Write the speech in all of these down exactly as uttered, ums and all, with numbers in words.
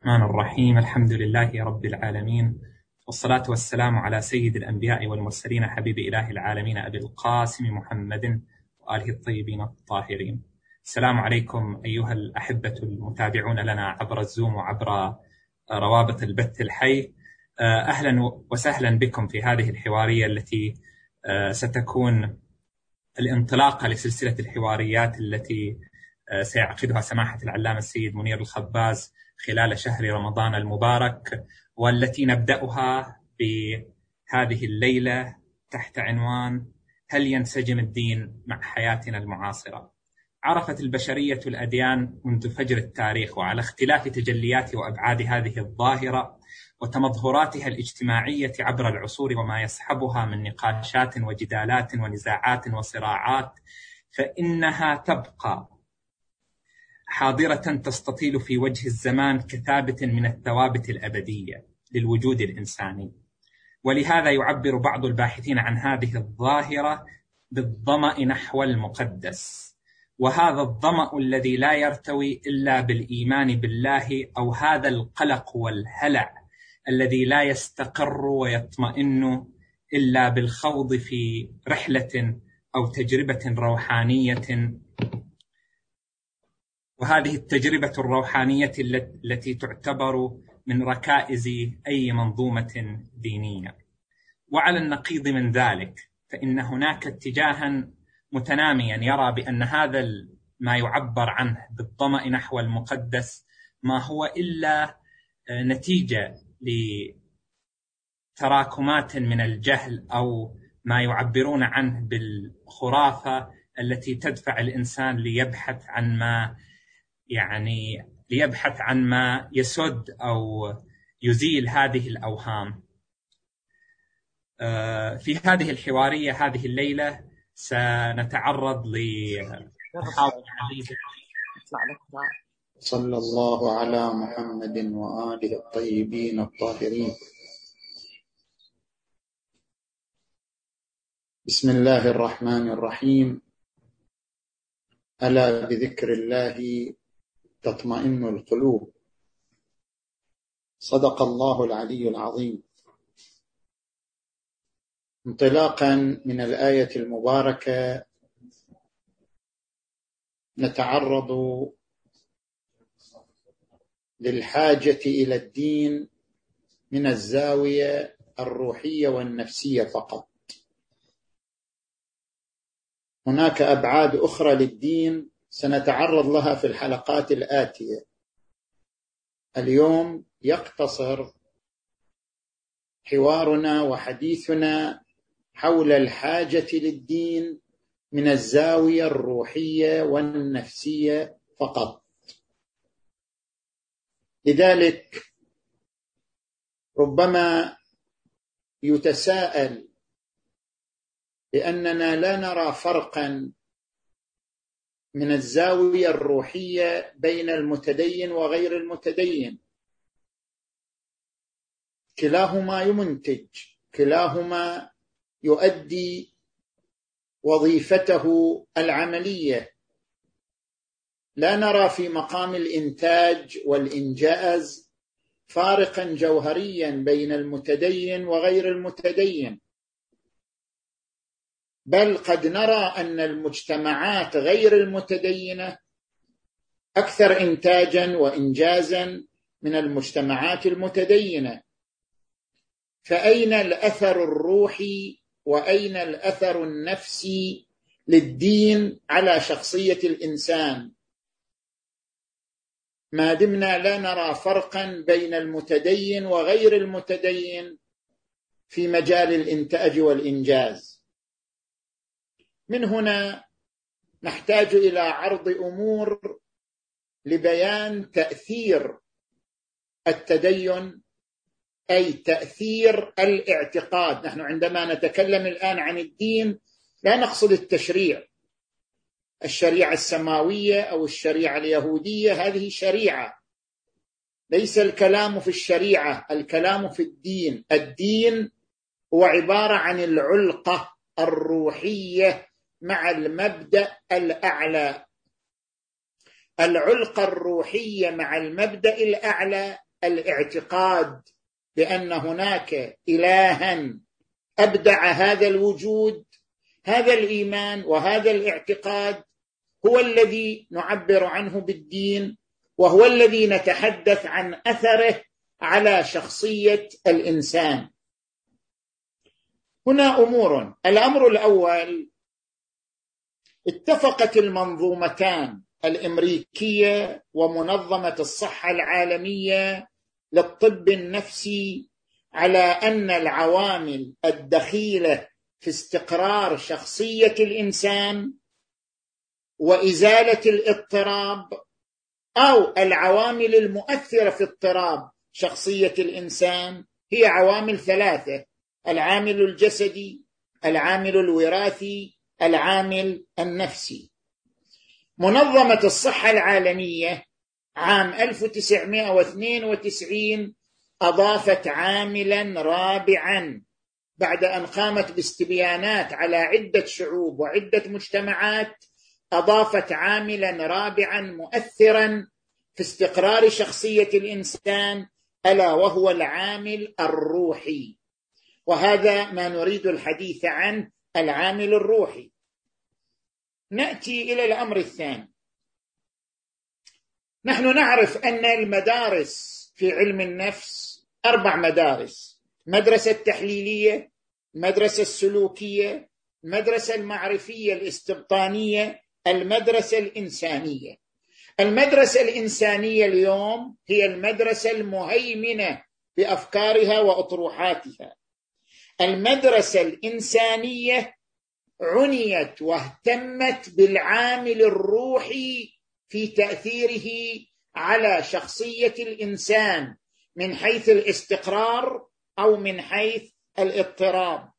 الرحمن الرحيم. الحمد لله رب العالمين، والصلاة والسلام على سيد الأنبياء والمرسلين حبيب إله العالمين أبي القاسم محمد وآله الطيبين الطاهرين. السلام عليكم أيها الأحبة المتابعون لنا عبر الزوم وعبر روابط البث الحي. أهلا وسهلا بكم في هذه الحوارية التي ستكون الانطلاقة لسلسلة الحواريات التي سيعقدها سماحة العلامة السيد منير الخباز خلال شهر رمضان المبارك، والتي نبدأها بهذه الليلة تحت عنوان: هل ينسجم الدين مع حياتنا المعاصرة؟ عرفت البشرية الأديان منذ فجر التاريخ، وعلى اختلاف تجليات وأبعاد هذه الظاهرة وتمظهراتها الاجتماعية عبر العصور وما يصحبها من نقاشات وجدالات ونزاعات وصراعات، فإنها تبقى حاضرة تستطيل في وجه الزمان كثابت من الثوابت الأبدية للوجود الإنساني. ولهذا يعبر بعض الباحثين عن هذه الظاهرة بالظمأ نحو المقدس، وهذا الظمأ الذي لا يرتوي إلا بالإيمان بالله، أو هذا القلق والهلع الذي لا يستقر ويطمئن إلا بالخوض في رحلة أو تجربة روحانية، وهذه التجربة الروحانية التي تعتبر من ركائز أي منظومة دينية. وعلى النقيض من ذلك فإن هناك اتجاها متناميا يرى بأن هذا ما يعبر عنه بالظمأ نحو المقدس ما هو إلا نتيجة لتراكمات من الجهل، أو ما يعبرون عنه بالخرافة التي تدفع الإنسان ليبحث عن ما يعني ليبحث عن ما يسد أو يزيل هذه الأوهام. في هذه الحوارية هذه الليلة سنتعرض لمحاور عديدة. صلى الله على محمد وآله الطيبين الطاهرين. بسم الله الرحمن الرحيم. ألا بذكر الله تطمئن القلوب. صدق الله العلي العظيم. انطلاقا من الآية المباركة نتعرض للحاجة إلى الدين من الزاوية الروحية والنفسية فقط. هناك أبعاد أخرى للدين سنتعرض لها في الحلقات الآتية. اليوم يقتصر حوارنا وحديثنا حول الحاجة للدين من الزاوية الروحية والنفسية فقط. لذلك ربما يتساءل بأننا لا نرى فرقا من الزاوية الروحية بين المتدين وغير المتدين. كلاهما يمنتج، كلاهما يؤدي وظيفته العملية. لا نرى في مقام الإنتاج والإنجاز فارقا جوهريا بين المتدين وغير المتدين، بل قد نرى أن المجتمعات غير المتدينة أكثر إنتاجا وإنجازا من المجتمعات المتدينة. فأين الأثر الروحي وأين الأثر النفسي للدين على شخصية الإنسان ما دمنا لا نرى فرقا بين المتدين وغير المتدين في مجال الإنتاج والإنجاز؟ من هنا نحتاج إلى عرض أمور لبيان تأثير التدين، أي تأثير الاعتقاد. نحن عندما نتكلم الآن عن الدين لا نقصد التشريع، الشريعة السماوية أو الشريعة اليهودية، هذه شريعة، ليس الكلام في الشريعة، الكلام في الدين. الدين هو عبارة عن العلقة الروحية مع المبدأ الأعلى. العلقة الروحية مع المبدأ الأعلى الاعتقاد بأن هناك إلها أبدع هذا الوجود، هذا الإيمان وهذا الاعتقاد هو الذي نعبر عنه بالدين، وهو الذي نتحدث عن أثره على شخصية الإنسان. هنا أمور. الأمر الأول، اتفقت المنظومتان الأمريكية ومنظمة الصحة العالمية للطب النفسي على أن العوامل الدخيلة في استقرار شخصية الإنسان وإزالة الاضطراب، أو العوامل المؤثرة في اضطراب شخصية الإنسان، هي عوامل ثلاثة: العامل الجسدي، العامل الوراثي، العامل النفسي. منظمة الصحة العالمية عام ألف وتسعمائة واثنين وتسعين أضافت عاملا رابعا بعد أن قامت باستبيانات على عدة شعوب وعدة مجتمعات، أضافت عاملا رابعا مؤثرا في استقرار شخصية الإنسان، ألا وهو العامل الروحي. وهذا ما نريد الحديث عنه، العامل الروحي. نأتي إلى الأمر الثاني. نحن نعرف أن المدارس في علم النفس أربع مدارس: المدرسة التحليلية، المدرسة السلوكية، المدرسة المعرفية الاستبطانية، المدرسة الإنسانية. المدرسة الإنسانية اليوم هي المدرسة المهيمنة بأفكارها وأطروحاتها. المدرسة الإنسانية عنيت واهتمت بالعامل الروحي في تأثيره على شخصية الإنسان من حيث الاستقرار أو من حيث الاضطراب.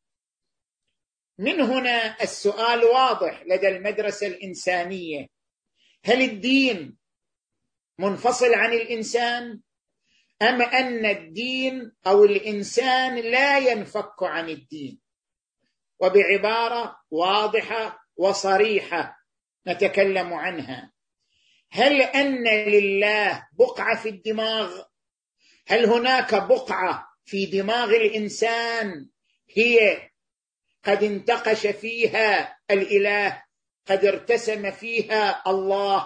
من هنا السؤال واضح لدى المدرسة الإنسانية: هل الدين منفصل عن الإنسان، أم أن الدين أو الإنسان لا ينفك عن الدين؟ وبعبارة واضحة وصريحة نتكلم عنها: هل أن لله بقعة في الدماغ؟ هل هناك بقعة في دماغ الإنسان هي قد انتقش فيها الإله، قد ارتسم فيها الله؟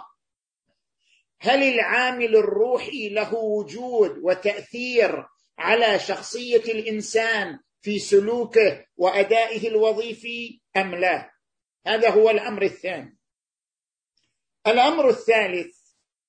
هل العامل الروحي له وجود وتأثير على شخصية الإنسان في سلوكه وأدائه الوظيفي أم لا؟ هذا هو الأمر الثاني. الأمر الثالث،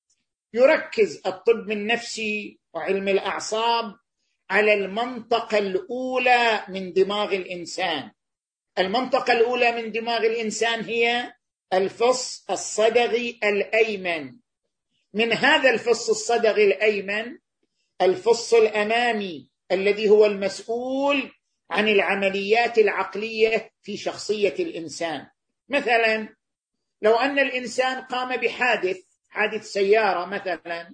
يركز الطب النفسي وعلم الأعصاب على المنطقة الأولى من دماغ الإنسان. المنطقة الأولى من دماغ الإنسان هي الفص الصدغي الأيمن. من هذا الفص الصدغي الأيمن الفص الأمامي الذي هو المسؤول عن العمليات العقلية في شخصية الإنسان. مثلا لو أن الإنسان قام بحادث حادث سيارة مثلا،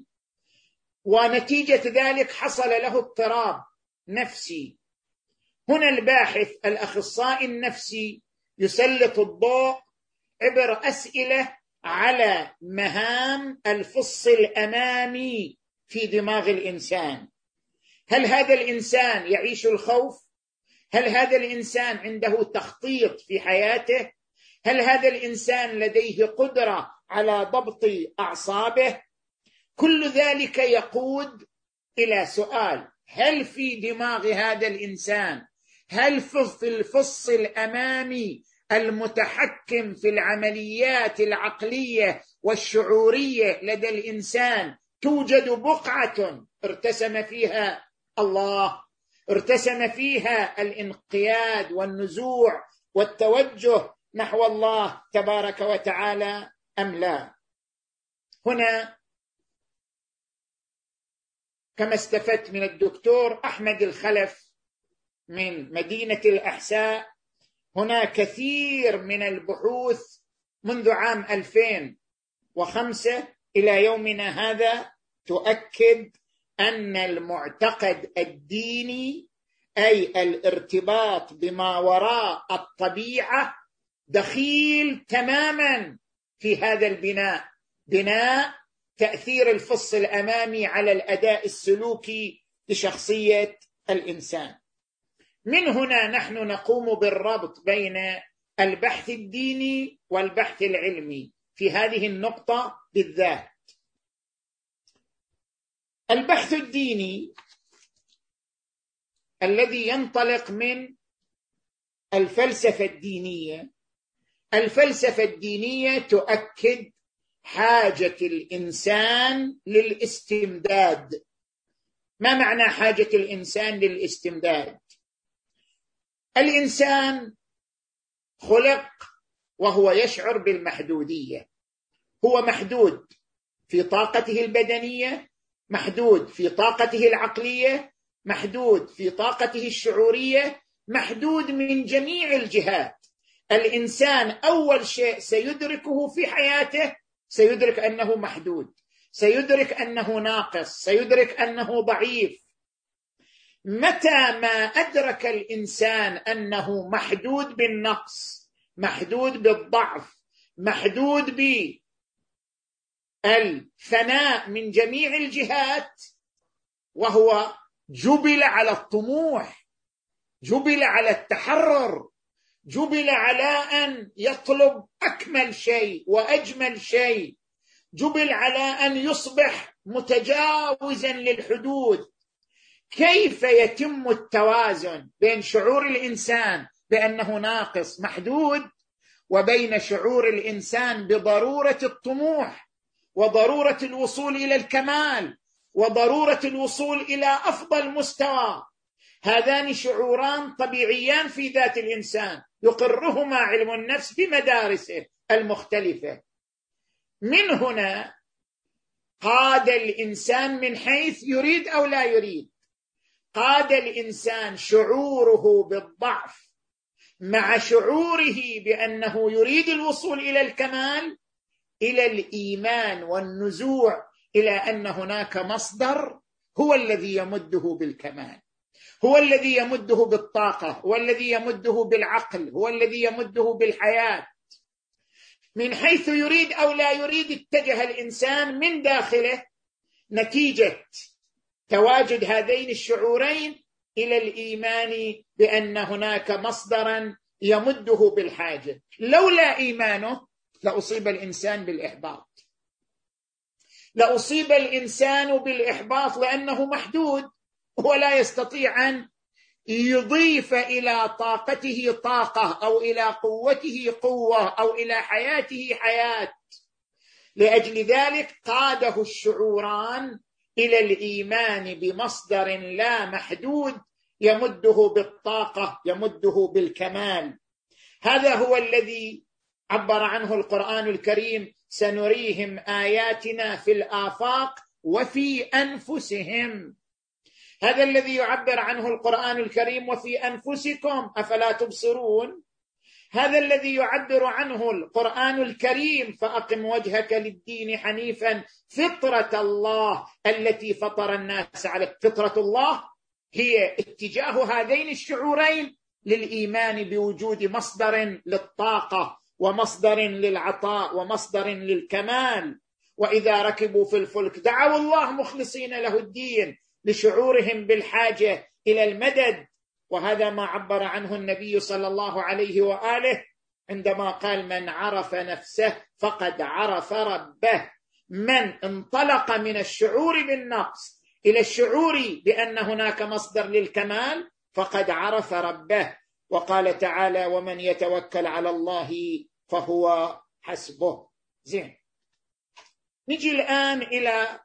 ونتيجة ذلك حصل له اضطراب نفسي، هنا الباحث الأخصائي النفسي يسلط الضوء عبر أسئلة على مهام الفص الأمامي في دماغ الإنسان. هل هذا الإنسان يعيش الخوف؟ هل هذا الإنسان عنده تخطيط في حياته؟ هل هذا الإنسان لديه قدرة على ضبط أعصابه؟ كل ذلك يقود إلى سؤال: هل في دماغ هذا الإنسان، هل في الفص الأمامي المتحكم في العمليات العقلية والشعورية لدى الإنسان توجد بقعة ارتسم فيها الله، ارتسم فيها الانقياد والنزوع والتوجه نحو الله تبارك وتعالى أم لا؟ هنا كما استفدت من الدكتور أحمد الخلف من مدينة الأحساء، هنا كثير من البحوث منذ عام ألفين وخمسة إلى يومنا هذا تؤكد أن المعتقد الديني، أي الارتباط بما وراء الطبيعة، دخيل تماما في هذا البناء، بناء تأثير الفص الأمامي على الأداء السلوكي لشخصية الإنسان. من هنا نحن نقوم بالربط بين البحث الديني والبحث العلمي في هذه النقطة بالذات. البحث الديني الذي ينطلق من الفلسفة الدينية، الفلسفة الدينية تؤكد حاجة الإنسان للاستمداد. ما معنى حاجة الإنسان للاستمداد؟ الإنسان خلق وهو يشعر بالمحدودية، هو محدود في طاقته البدنية، محدود في طاقته العقلية، محدود في طاقته الشعورية، محدود من جميع الجهات. الإنسان أول شيء سيدركه في حياته سيدرك أنه محدود، سيدرك أنه ناقص، سيدرك أنه ضعيف. متى ما أدرك الإنسان أنه محدود بالنقص، محدود بالضعف، محدود بالفناء من جميع الجهات، وهو جبل على الطموح، جبل على التحرر، جبل على أن يطلب أكمل شيء وأجمل شيء، جبل على أن يصبح متجاوزا للحدود. كيف يتم التوازن بين شعور الإنسان بأنه ناقص محدود وبين شعور الإنسان بضرورة الطموح وضرورة الوصول إلى الكمال وضرورة الوصول إلى أفضل مستوى؟ هذان شعوران طبيعيان في ذات الإنسان يقرهما علم النفس بمدارسه المختلفة. من هنا قاد الإنسان من حيث يريد أو لا يريد، قاد الإنسان شعوره بالضعف مع شعوره بأنه يريد الوصول إلى الكمال إلى الإيمان والنزوع إلى أن هناك مصدر هو الذي يمده بالكمال، هو الذي يمده بالطاقة، هو الذي يمده بالعقل، هو الذي يمده بالحياة. من حيث يريد أو لا يريد اتجه الإنسان من داخله نتيجة تواجد هذين الشعورين إلى الإيمان بأن هناك مصدرا يمده بالحاجة. لولا إيمانه لأصيب الإنسان بالإحباط، لأصيب الإنسان بالإحباط لأنه محدود ولا يستطيع أن يضيف إلى طاقته طاقة أو إلى قوته قوة أو إلى حياته حياة. لأجل ذلك قاده الشعوران إلى الإيمان بمصدر لا محدود يمده بالطاقة، يمده بالكمال. هذا هو الذي عبر عنه القرآن الكريم: سنريهم آياتنا في الآفاق وفي أنفسهم. هذا الذي يعبر عنه القرآن الكريم: وفي أنفسكم أفلا تبصرون. هذا الذي يعبر عنه القرآن الكريم: فأقم وجهك للدين حنيفا فطرة الله التي فطر الناس عليه. فطرة الله هي اتجاه هذين الشعورين للإيمان بوجود مصدر للطاقة ومصدر للعطاء ومصدر للكمال. وإذا ركبوا في الفلك دعوا الله مخلصين له الدين لشعورهم بالحاجة إلى المدد. وهذا ما عبر عنه النبي صلى الله عليه وآله عندما قال: من عرف نفسه فقد عرف ربه. من انطلق من الشعور بالنقص إلى الشعور بأن هناك مصدر للكمال فقد عرف ربه. وقال تعالى: ومن يتوكل على الله فهو حسبه. زين، نجي الآن إلى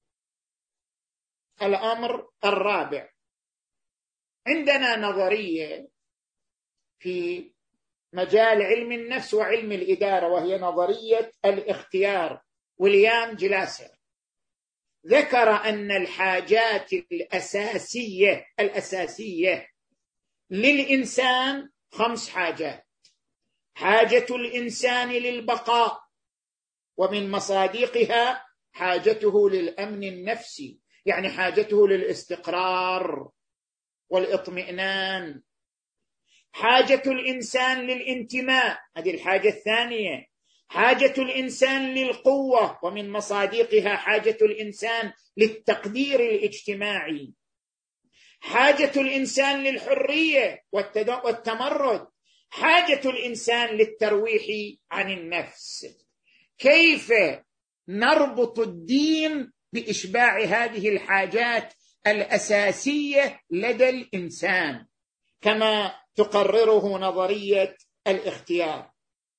الأمر الرابع. عندنا نظرية في مجال علم النفس وعلم الإدارة، وهي نظرية الاختيار. ويليام جلاسر ذكر أن الحاجات الأساسية الأساسية للإنسان خمس حاجات. حاجة الإنسان للبقاء، ومن مصادقها حاجته للأمن النفسي، يعني حاجته للاستقرار والاطمئنان. حاجة الإنسان للانتماء، هذه الحاجة الثانية. حاجة الإنسان للقوة، ومن مصادقها حاجة الإنسان للتقدير الاجتماعي. حاجة الإنسان للحرية والتمرد. حاجة الإنسان للترويح عن النفس. كيف نربط الدين بإشباع هذه الحاجات الأساسية لدى الإنسان كما تقرره نظرية الاختيار؟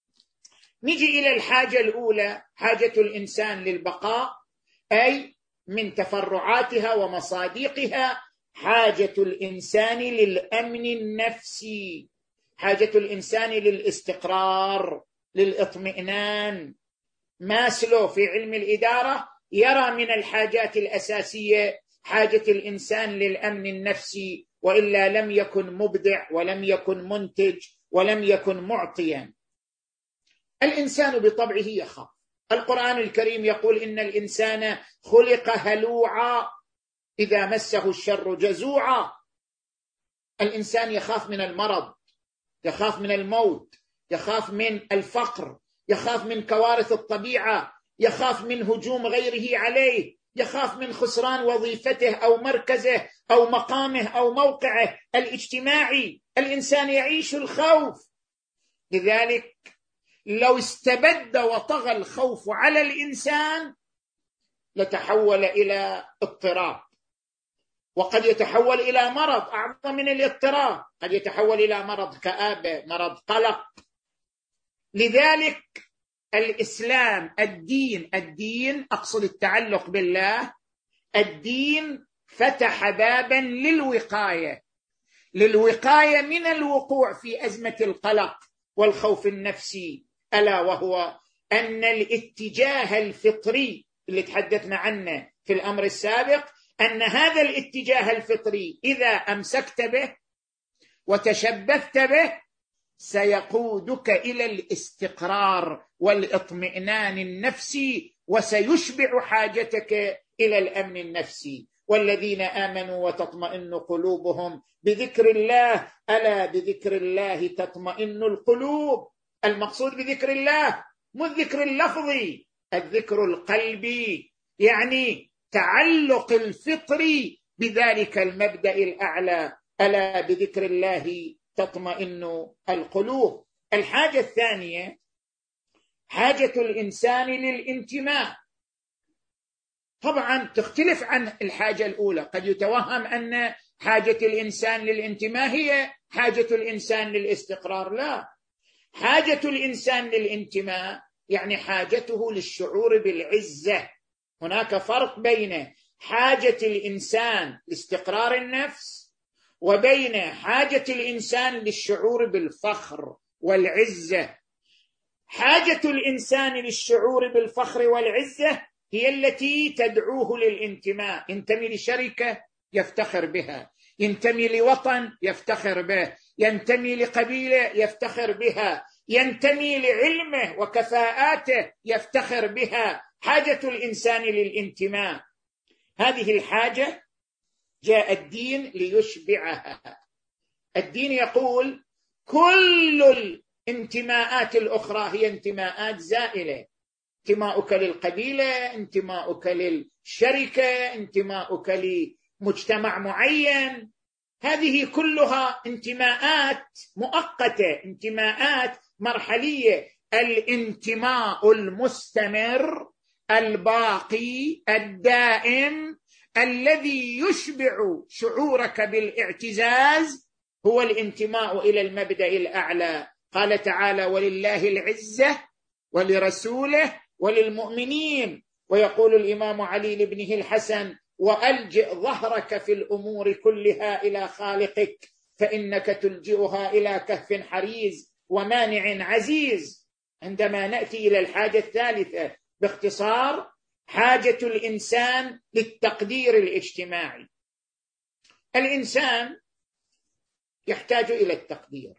نجي إلى الحاجة الأولى، حاجة الإنسان للبقاء، أي من تفرعاتها ومصادقها حاجة الإنسان للأمن النفسي، حاجة الإنسان للاستقرار، للإطمئنان. ماسلو في علم الإدارة يرى من الحاجات الأساسية حاجة الإنسان للأمن النفسي، وإلا لم يكن مبدع ولم يكن منتج ولم يكن معطيا. الإنسان بطبعه يخاف. القرآن الكريم يقول إن الإنسان خلق هلوعا إذا مسه الشر جزوعا. الإنسان يخاف من المرض، يخاف من الموت، يخاف من الفقر، يخاف من كوارث الطبيعة، يخاف من هجوم غيره عليه، يخاف من خسران وظيفته أو مركزه أو مقامه أو موقعه الاجتماعي. الإنسان يعيش الخوف. لذلك لو استبد وطغى الخوف على الإنسان لتحول إلى اضطراب، وقد يتحول إلى مرض أعظم من الاضطراب، قد يتحول إلى مرض كآبة، مرض قلق. لذلك الإسلام الدين الدين أقصد التعلق بالله، الدين فتح بابا للوقاية، للوقاية من الوقوع في أزمة القلق والخوف النفسي، ألا وهو أن الاتجاه الفطري اللي تحدثنا عنه في الأمر السابق، أن هذا الاتجاه الفطري إذا أمسكت به وتشبثت به سيقودك إلى الاستقرار والإطمئنان النفسي، وسيشبع حاجتك إلى الأمن النفسي. والذين آمنوا وتطمئن قلوبهم بذكر الله، ألا بذكر الله تطمئن القلوب. المقصود بذكر الله مو الذكر اللفظي، الذكر القلبي، يعني تعلق الفطري بذلك المبدأ الأعلى، ألا بذكر الله تطمئن القلوب. الحاجة الثانية حاجة الإنسان للانتماء. طبعا تختلف عن الحاجة الأولى، قد يتوهم أن حاجة الإنسان للانتماء هي حاجة الإنسان للاستقرار. لا، حاجة الإنسان للانتماء يعني حاجته للشعور بالعزة. هناك فرق بين حاجة الإنسان لاستقرار النفس وبين حاجة الإنسان للشعور بالفخر والعزة. حاجة الإنسان للشعور بالفخر والعزة هي التي تدعوه للانتماء. ينتمي لشركة يفتخر بها، ينتمي لوطن يفتخر به، ينتمي لقبيلة يفتخر بها، ينتمي لعلمه وكفاءاته يفتخر بها. حاجة الإنسان للانتماء، هذه الحاجة جاء الدين ليشبعها. الدين يقول كل الانتماءات الأخرى هي انتماءات زائلة، انتماؤك للقبيلة، انتماؤك للشركة، انتماؤك لمجتمع معين، هذه كلها انتماءات مؤقتة، انتماءات مرحلية. الانتماء المستمر الباقي الدائم الذي يشبع شعورك بالاعتزاز هو الانتماء إلى المبدأ الأعلى. قال تعالى ولله العزة ولرسوله وللمؤمنين. ويقول الإمام علي لابنه الحسن وألجئ ظهرك في الأمور كلها إلى خالقك فإنك تلجئها إلى كهف حريز ومانع عزيز. عندما نأتي إلى الحاجة الثالثة باختصار، حاجة الإنسان للتقدير الاجتماعي. الإنسان يحتاج إلى التقدير.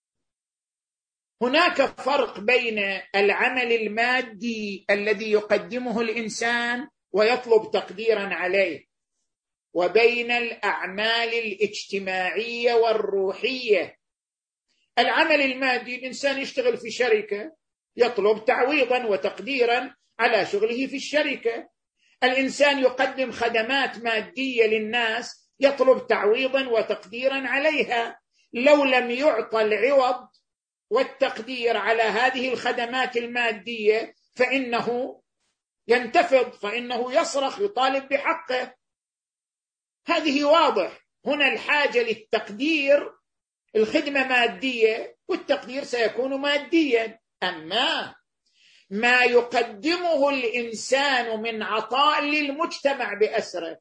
هناك فرق بين العمل المادي الذي يقدمه الإنسان ويطلب تقديرا عليه، وبين الأعمال الاجتماعية والروحية. العمل المادي، الإنسان يشتغل في شركة يطلب تعويضا وتقديرا على شغله في الشركة. الإنسان يقدم خدمات مادية للناس يطلب تعويضا وتقديرا عليها. لو لم يعطى العوض والتقدير على هذه الخدمات المادية فإنه ينتفض، فإنه يصرخ يطالب بحقه. هذه واضح. هنا الحاجة للتقدير، الخدمة مادية والتقدير سيكون ماديا. أما ما يقدمه الإنسان من عطاء للمجتمع بأسره،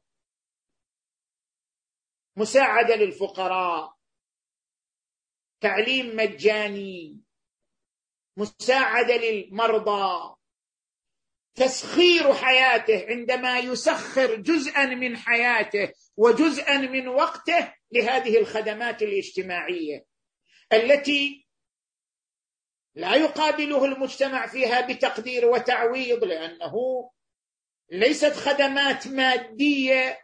مساعدة للفقراء، تعليم مجاني، مساعدة للمرضى، تسخير حياته عندما يسخر جزءا من حياته وجزءا من وقته لهذه الخدمات الاجتماعية التي لا يقابله المجتمع فيها بتقدير وتعويض، لأنه ليست خدمات مادية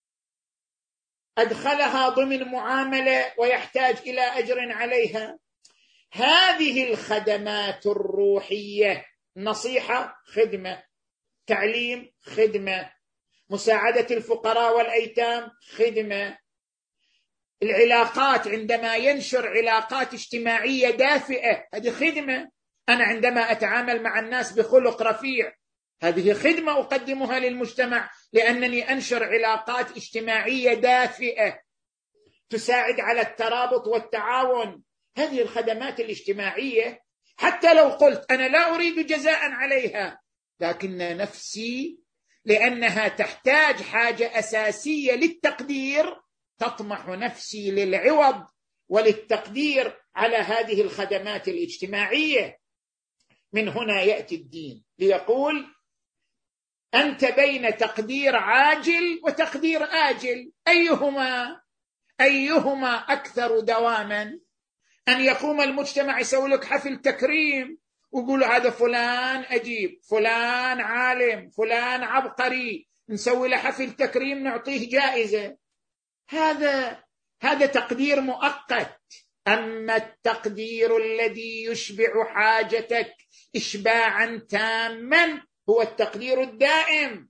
أدخلها ضمن معاملة ويحتاج إلى أجر عليها. هذه الخدمات الروحية، نصيحة خدمة، تعليم خدمة، مساعدة الفقراء والأيتام خدمة، العلاقات عندما ينشر علاقات اجتماعية دافئة هذه خدمة. أنا عندما أتعامل مع الناس بخلق رفيع هذه خدمة أقدمها للمجتمع، لأنني أنشر علاقات اجتماعية دافئة تساعد على الترابط والتعاون. هذه الخدمات الاجتماعية حتى لو قلت أنا لا أريد جزاء عليها، لكن نفسي لأنها تحتاج حاجة أساسية للتقدير تطمح نفسي للعوض وللتقدير على هذه الخدمات الاجتماعية. من هنا يأتي الدين ليقول أنت بين تقدير عاجل وتقدير آجل، أيهما أيهما أكثر دواما؟ أن يقوم المجتمع يسوي لك حفل تكريم ويقول هذا فلان أجيب، فلان عالم، فلان عبقري، نسوي له حفل تكريم نعطيه جائزة، هذا هذا تقدير مؤقت. أما التقدير الذي يشبع حاجتك إشباعا تاما هو التقدير الدائم.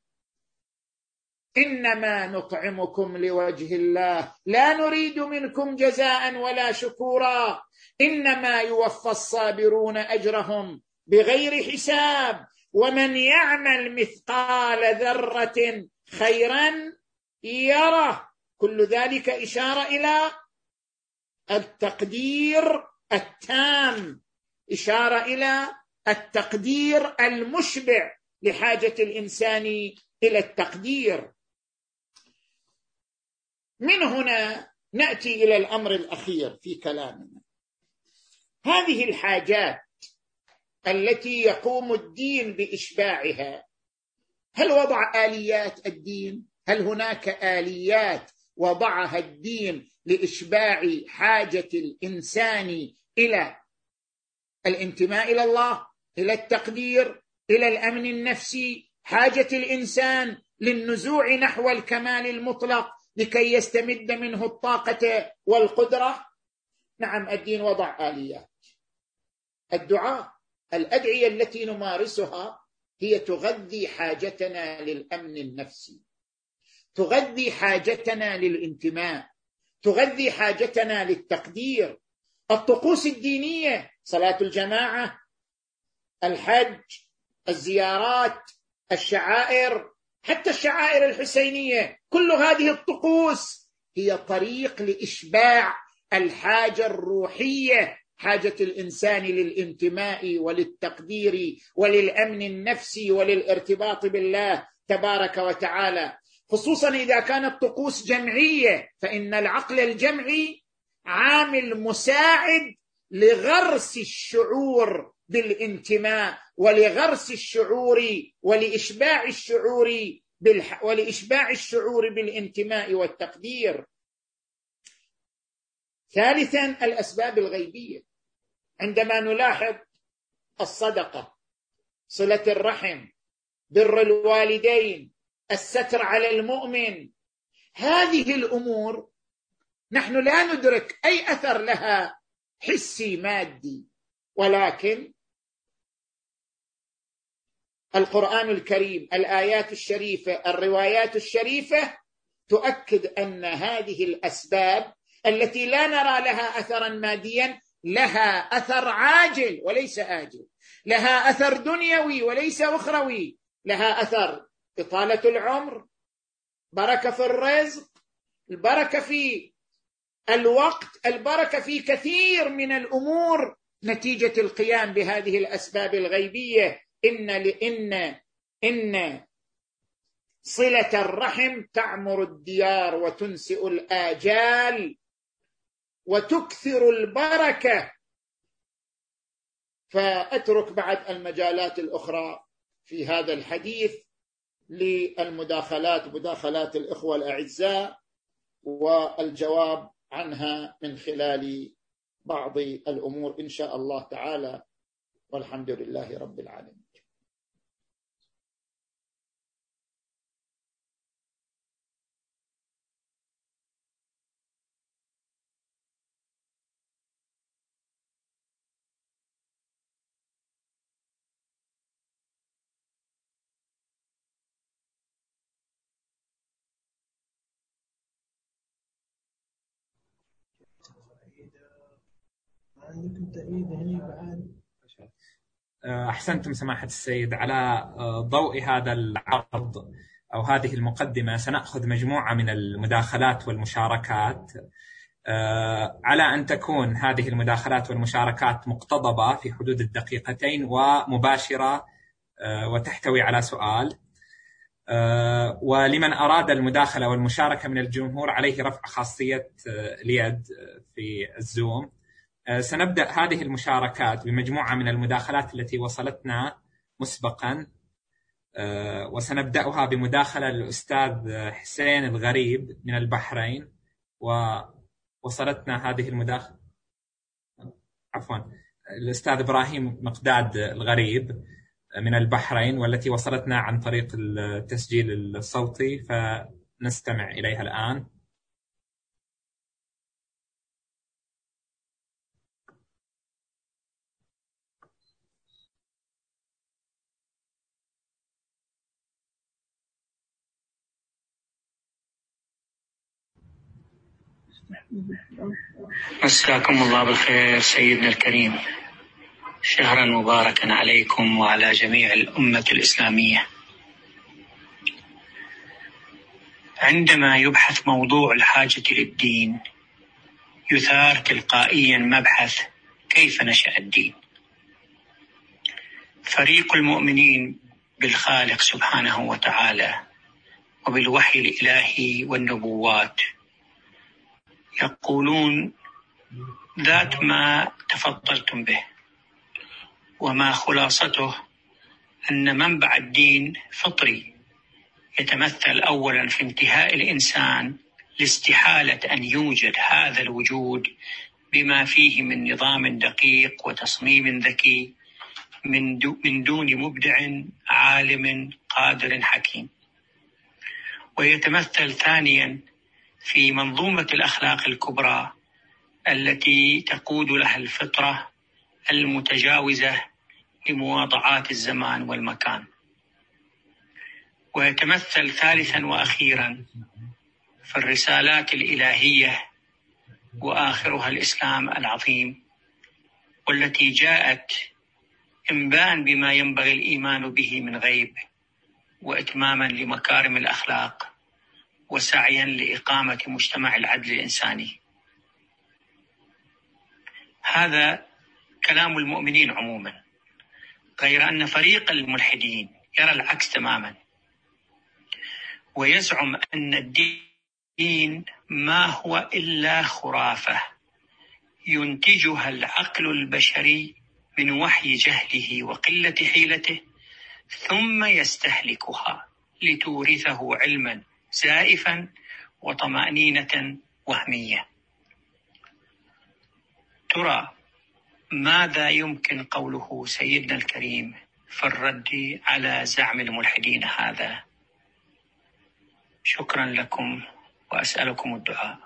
إنما نطعمكم لوجه الله لا نريد منكم جزاء ولا شكورا إنما يوفى الصابرون أجرهم بغير حساب ومن يعمل مثقال ذرة خيرا يره. كل ذلك إشارة إلى التقدير التام، إشارة إلى التقدير المشبع لحاجة الإنسان إلى التقدير. من هنا نأتي إلى الأمر الأخير في كلامنا. هذه الحاجات التي يقوم الدين بإشباعها، هل وضع آليات الدين؟ هل هناك آليات وضعها الدين لإشباع حاجة الإنسان إلى الانتماء إلى الله، إلى التقدير، إلى الأمن النفسي، حاجة الإنسان للنزوع نحو الكمال المطلق لكي يستمد منه الطاقة والقدرة؟ نعم، الدين وضع آليات. الدعاء، الأدعية التي نمارسها هي تغذي حاجتنا للأمن النفسي، تغذي حاجتنا للانتماء، تغذي حاجتنا للتقدير. الطقوس الدينية، صلاة الجماعة، الحج، الزيارات، الشعائر، حتى الشعائر الحسينية، كل هذه الطقوس هي طريق لإشباع الحاجة الروحية، حاجة الإنسان للانتماء وللتقدير وللأمن النفسي وللارتباط بالله تبارك وتعالى، خصوصا إذا كانت طقوس جمعية، فإن العقل الجمعي عامل مساعد لغرس الشعور بالانتماء ولغرس الشعور ولإشباع الشعور بالح... ولإشباع الشعور بالانتماء والتقدير. ثالثا، الأسباب الغيبية. عندما نلاحظ الصدقة، صلة الرحم، بر الوالدين، الستر على المؤمن، هذه الأمور نحن لا ندرك أي أثر لها حسي مادي، ولكن القرآن الكريم، الآيات الشريفة، الروايات الشريفة تؤكد أن هذه الأسباب التي لا نرى لها أثرا ماديا لها أثر عاجل وليس آجل، لها أثر دنيوي وليس أخروي، لها أثر إطالة العمر، بركة في الرزق، البركة في الوقت، البركة في كثير من الأمور نتيجة القيام بهذه الأسباب الغيبية. إن لإن إن صلة الرحم تعمر الديار وتنسئ الآجال وتكثر البركة. فأترك بعد المجالات الأخرى في هذا الحديث للمداخلات، مداخلات الإخوة الأعزاء، والجواب عنها من خلال بعض الأمور إن شاء الله تعالى، والحمد لله رب العالمين. عندكم تأييد هني بعد؟ أحسنتم سماحة السيد. على ضوء هذا العرض أو هذه المقدمة سنأخذ مجموعة من المداخلات والمشاركات، على أن تكون هذه المداخلات والمشاركات مقتضبة في حدود الدقيقتين ومباشرة وتحتوي على سؤال. ولمن أراد المداخلة والمشاركة من الجمهور عليه رفع خاصية اليد في الزوم. سنبدأ هذه المشاركات بمجموعة من المداخلات التي وصلتنا مسبقا، وسنبدأها بمداخلة للأستاذ حسين الغريب من البحرين، ووصلتنا هذه المداخلة عفوا الأستاذ إبراهيم مقداد الغريب من البحرين، والتي وصلتنا عن طريق التسجيل الصوتي، فنستمع إليها الآن. مساكم الله بالخير سيدنا الكريم، شهرا مباركا عليكم وعلى جميع الأمة الإسلامية. عندما يبحث موضوع الحاجة للدين يثار تلقائيا مبحث كيف نشأ الدين. فريق المؤمنين بالخالق سبحانه وتعالى وبالوحي الإلهي والنبوات يقولون ذات ما تفضلتم به، وما خلاصته أن منبع الدين فطري يتمثل أولا في انتهاء الإنسان لاستحالة أن يوجد هذا الوجود بما فيه من نظام دقيق وتصميم ذكي من, دو من دون مبدع عالم قادر حكيم. ويتمثل ثانيا في منظومة الأخلاق الكبرى التي تقود لها الفطرة المتجاوزة لمواضعات الزمان والمكان. ويتمثل ثالثا وأخيرا في الرسالات الإلهية وآخرها الإسلام العظيم، والتي جاءت إنباء بما ينبغي الإيمان به من غيب، وإتماما لمكارم الأخلاق، وسعيا لإقامة مجتمع العدل الإنساني. هذا كلام المؤمنين عموما، غير أن فريق الملحدين يرى العكس تماما، ويزعم أن الدين ما هو إلا خرافة ينتجها العقل البشري من وحي جهله وقلة حيلته، ثم يستهلكها لتورثه علما زائفا وطمأنينة وهمية. ترى ماذا يمكن قوله سيدنا الكريم في الرد على زعم الملحدين هذا؟ شكرا لكم وأسألكم الدعاء.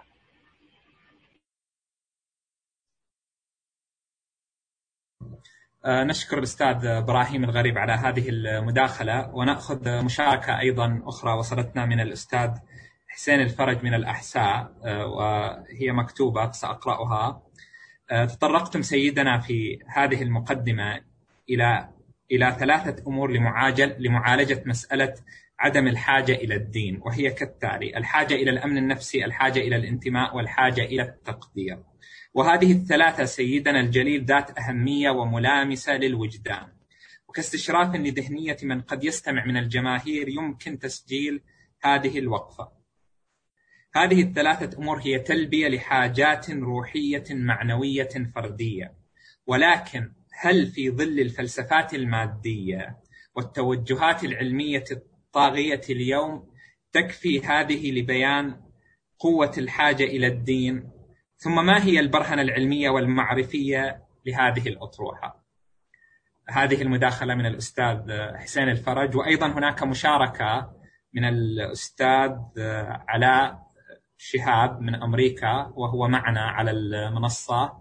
نشكر الأستاذ إبراهيم الغريب على هذه المداخلة، ونأخذ مشاركة أيضا أخرى وصلتنا من الأستاذ حسين الفرج من الأحساء، وهي مكتوبة سأقرأها. تطرقتم سيدنا في هذه المقدمة إلى إلى ثلاثة أمور لمعاجل لمعالجة مسألة عدم الحاجة إلى الدين، وهي كالتالي: الحاجة إلى الأمن النفسي، الحاجة إلى الانتماء، والحاجة إلى التقدير. وهذه الثلاثة سيدنا الجليل ذات أهمية وملامسة للوجدان، وكاستشراف لذهنية من قد يستمع من الجماهير يمكن تسجيل هذه الوقفة. هذه الثلاثة أمور هي تلبية لحاجات روحية معنوية فردية، ولكن هل في ظل الفلسفات المادية والتوجهات العلمية الطاغية اليوم تكفي هذه لبيان قوة الحاجة إلى الدين؟ ثم ما هي البرهنة العلمية والمعرفية لهذه الأطروحة؟ هذه المداخلة من الأستاذ حسين الفرج. وأيضا هناك مشاركة من الأستاذ علاء شهاب من أمريكا، وهو معنا على المنصة،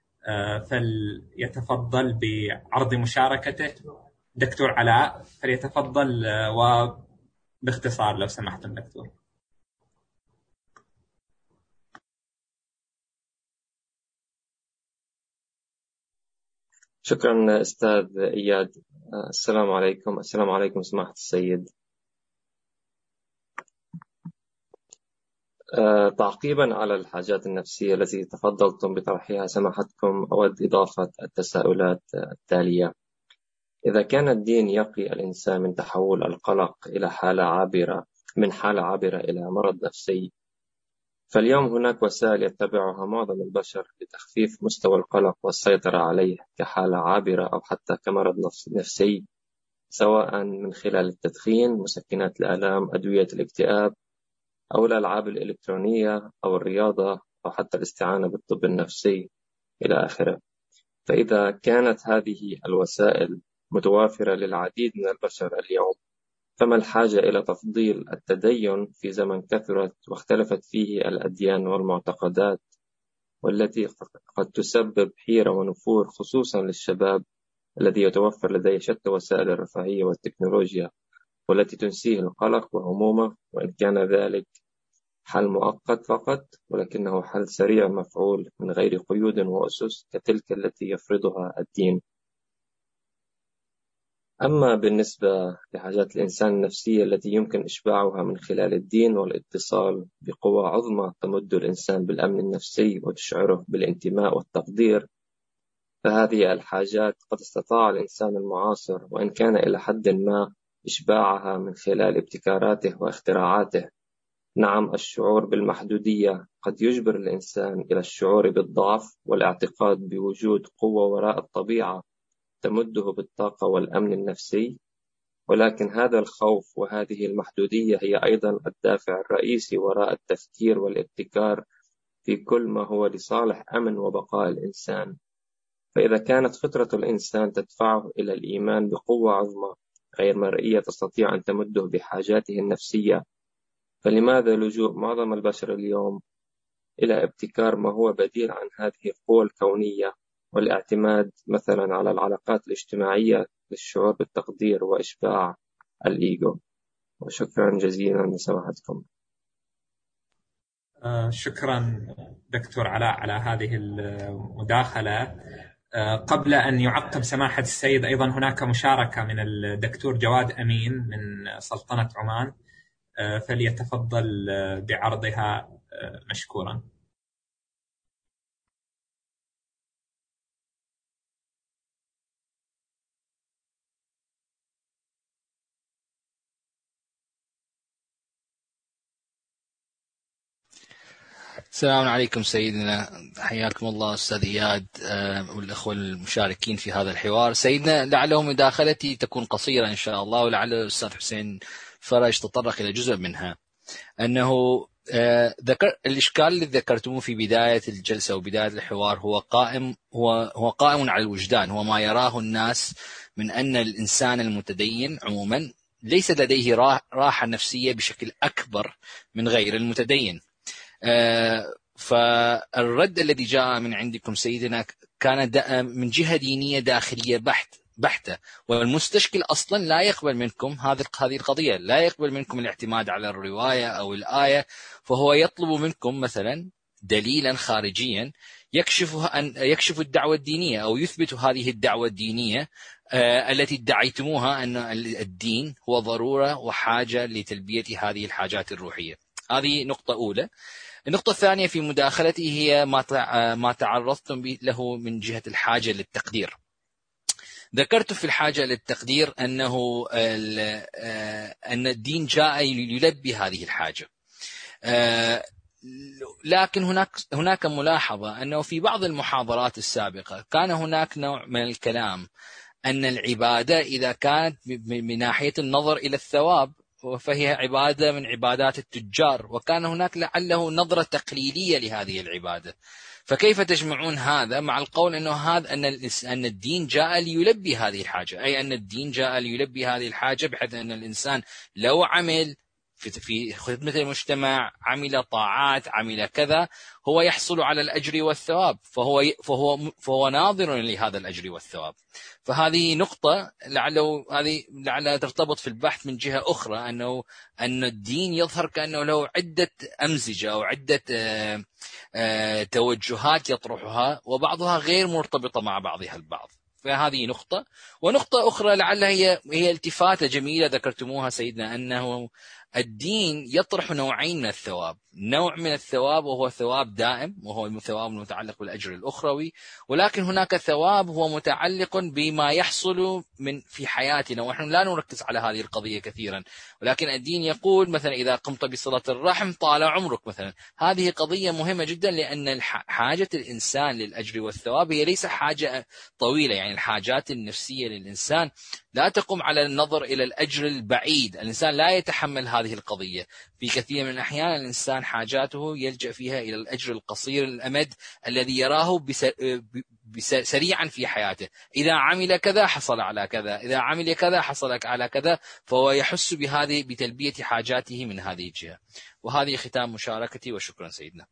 فليتفضل بعرض مشاركته. دكتور علاء، فليتفضل وباختصار لو سمحتم دكتور. شكرا أستاذ إياد. السلام عليكم. السلام عليكم سماحة السيد. أه تعقيبا على الحاجات النفسية التي تفضلتم بطرحها سماحتكم، أود إضافة التساؤلات التالية: إذا كان الدين يقي الإنسان من تحول القلق إلى حالة عابرة من حالة عابرة إلى مرض نفسي، فاليوم هناك وسائل يتبعها معظم البشر لتخفيف مستوى القلق والسيطرة عليه كحالة عابرة أو حتى كمرض نفسي، سواء من خلال التدخين، مسكنات الآلام، أدوية الاكتئاب، أو الألعاب الإلكترونية أو الرياضة، أو حتى الاستعانة بالطب النفسي إلى آخره. فإذا كانت هذه الوسائل متوافرة للعديد من البشر اليوم، فما الحاجة إلى تفضيل التدين في زمن كثرت واختلفت فيه الأديان والمعتقدات، والتي قد تسبب حيرة ونفور خصوصا للشباب الذي يتوفر لديه شتى وسائل الرفاهية والتكنولوجيا، والتي تنسيه القلق وهمومه، وإن كان ذلك حل مؤقت فقط، ولكنه حل سريع مفعول من غير قيود وأسس كتلك التي يفرضها الدين. أما بالنسبة لحاجات الإنسان النفسية التي يمكن إشباعها من خلال الدين والاتصال بقوى عظمى تمد الإنسان بالأمن النفسي وتشعره بالانتماء والتقدير، فهذه الحاجات قد استطاع الإنسان المعاصر وإن كان إلى حد ما إشباعها من خلال ابتكاراته واختراعاته. نعم، الشعور بالمحدودية قد يجبر الإنسان إلى الشعور بالضعف والاعتقاد بوجود قوة وراء الطبيعة تمده بالطاقة والأمن النفسي، ولكن هذا الخوف وهذه المحدودية هي أيضا الدافع الرئيسي وراء التفكير والابتكار في كل ما هو لصالح أمن وبقاء الإنسان. فإذا كانت فطرة الإنسان تدفعه إلى الإيمان بقوة عظمى غير مرئية تستطيع أن تمده بحاجاته النفسية، فلماذا لجوء معظم البشر اليوم إلى ابتكار ما هو بديل عن هذه القوى الكونية، والاعتماد مثلا على العلاقات الاجتماعية للشعور بالتقدير وإشباع الإيجو؟ وشكرا جزيلا لسماحتكم. آه شكرا دكتور علاء على هذه المداخلة. آه قبل أن يعقب سماحة السيد، أيضا هناك مشاركة من الدكتور جواد أمين من سلطنة عمان، آه فليتفضل بعرضها آه مشكورا. السلام عليكم سيدنا، حياكم الله أستاذ إياد والأخوة المشاركين في هذا الحوار. سيدنا، لعله مداخلتي تكون قصيرة إن شاء الله، ولعل الأستاذ حسين فرج تطرق إلى جزء منها. أنه ذكر الإشكال الذي ذكرتموه في بداية الجلسة وبداية الحوار هو قائم هو هو قائم على الوجدان، هو ما يراه الناس من أن الإنسان المتدين عموما ليس لديه راحة نفسية بشكل أكبر من غير المتدين. آه فالرد الذي جاء من عندكم سيدنا كان من جهة دينية داخلية بحت بحتة، والمستشكل أصلا لا يقبل منكم هذه هذه القضية، لا يقبل منكم الاعتماد على الرواية أو الآية، فهو يطلب منكم مثلا دليلا خارجيا يكشف أن يكشف الدعوة الدينية أو يثبت هذه الدعوة الدينية آه التي ادعيتموها أن الدين هو ضرورة وحاجة لتلبية هذه الحاجات الروحية. هذه نقطة أولى. النقطة الثانية في مداخلتي هي ما ما تعرضتم له من جهة الحاجة للتقدير. ذكرت في الحاجة للتقدير أنه أن الدين جاء يلبي هذه الحاجة، لكن هناك هناك ملاحظة أنه في بعض المحاضرات السابقة كان هناك نوع من الكلام أن العبادة إذا كانت من ناحية النظر إلى الثواب فهي عبادة من عبادات التجار، وكان هناك لعله نظرة تقليدية لهذه العبادة. فكيف تجمعون هذا مع القول أنه هذا أن أن الدين جاء ليلبي هذه الحاجة، أي أن الدين جاء ليلبي هذه الحاجة بحيث أن الإنسان لو عمل في في خدمة المجتمع، عمل طاعات، عمل كذا، هو يحصل على الأجر والثواب، فهو فهو فهو ناظر لهذا الأجر والثواب. فهذه نقطة لعله هذه لعلها ترتبط في البحث من جهة أخرى، أنه أن الدين يظهر كأنه له عدة أمزجة أو عدة آآ آآ توجهات يطرحها، وبعضها غير مرتبطة مع بعضها البعض. فهذه نقطة. ونقطة أخرى لعلها هي هي التفاتة جميلة ذكرتموها سيدنا، أنه الدين يطرح نوعين من الثواب، نوع من الثواب وهو ثواب دائم وهو الثواب المتعلق بالأجر الأخروي، ولكن هناك ثواب هو متعلق بما يحصل من في حياتنا، ونحن لا نركز على هذه القضية كثيرا، ولكن الدين يقول مثلا إذا قمت بصلة الرحم طال عمرك مثلا. هذه قضية مهمة جدا، لأن حاجة الإنسان للأجر والثواب هي ليس حاجة طويلة، يعني الحاجات النفسية للإنسان لا تقوم على النظر إلى الأجر البعيد، الإنسان لا يتحمل هذه القضية. في كثير من الأحيان الإنسان حاجاته يلجأ فيها إلى الأجر القصير الأمد الذي يراه سريعا في حياته، إذا عمل كذا حصل على كذا، إذا عمل كذا حصل على كذا، فهو يحس بهذه بتلبية حاجاته من هذه الجهة. وهذه ختام مشاركتي، وشكرا سيدنا.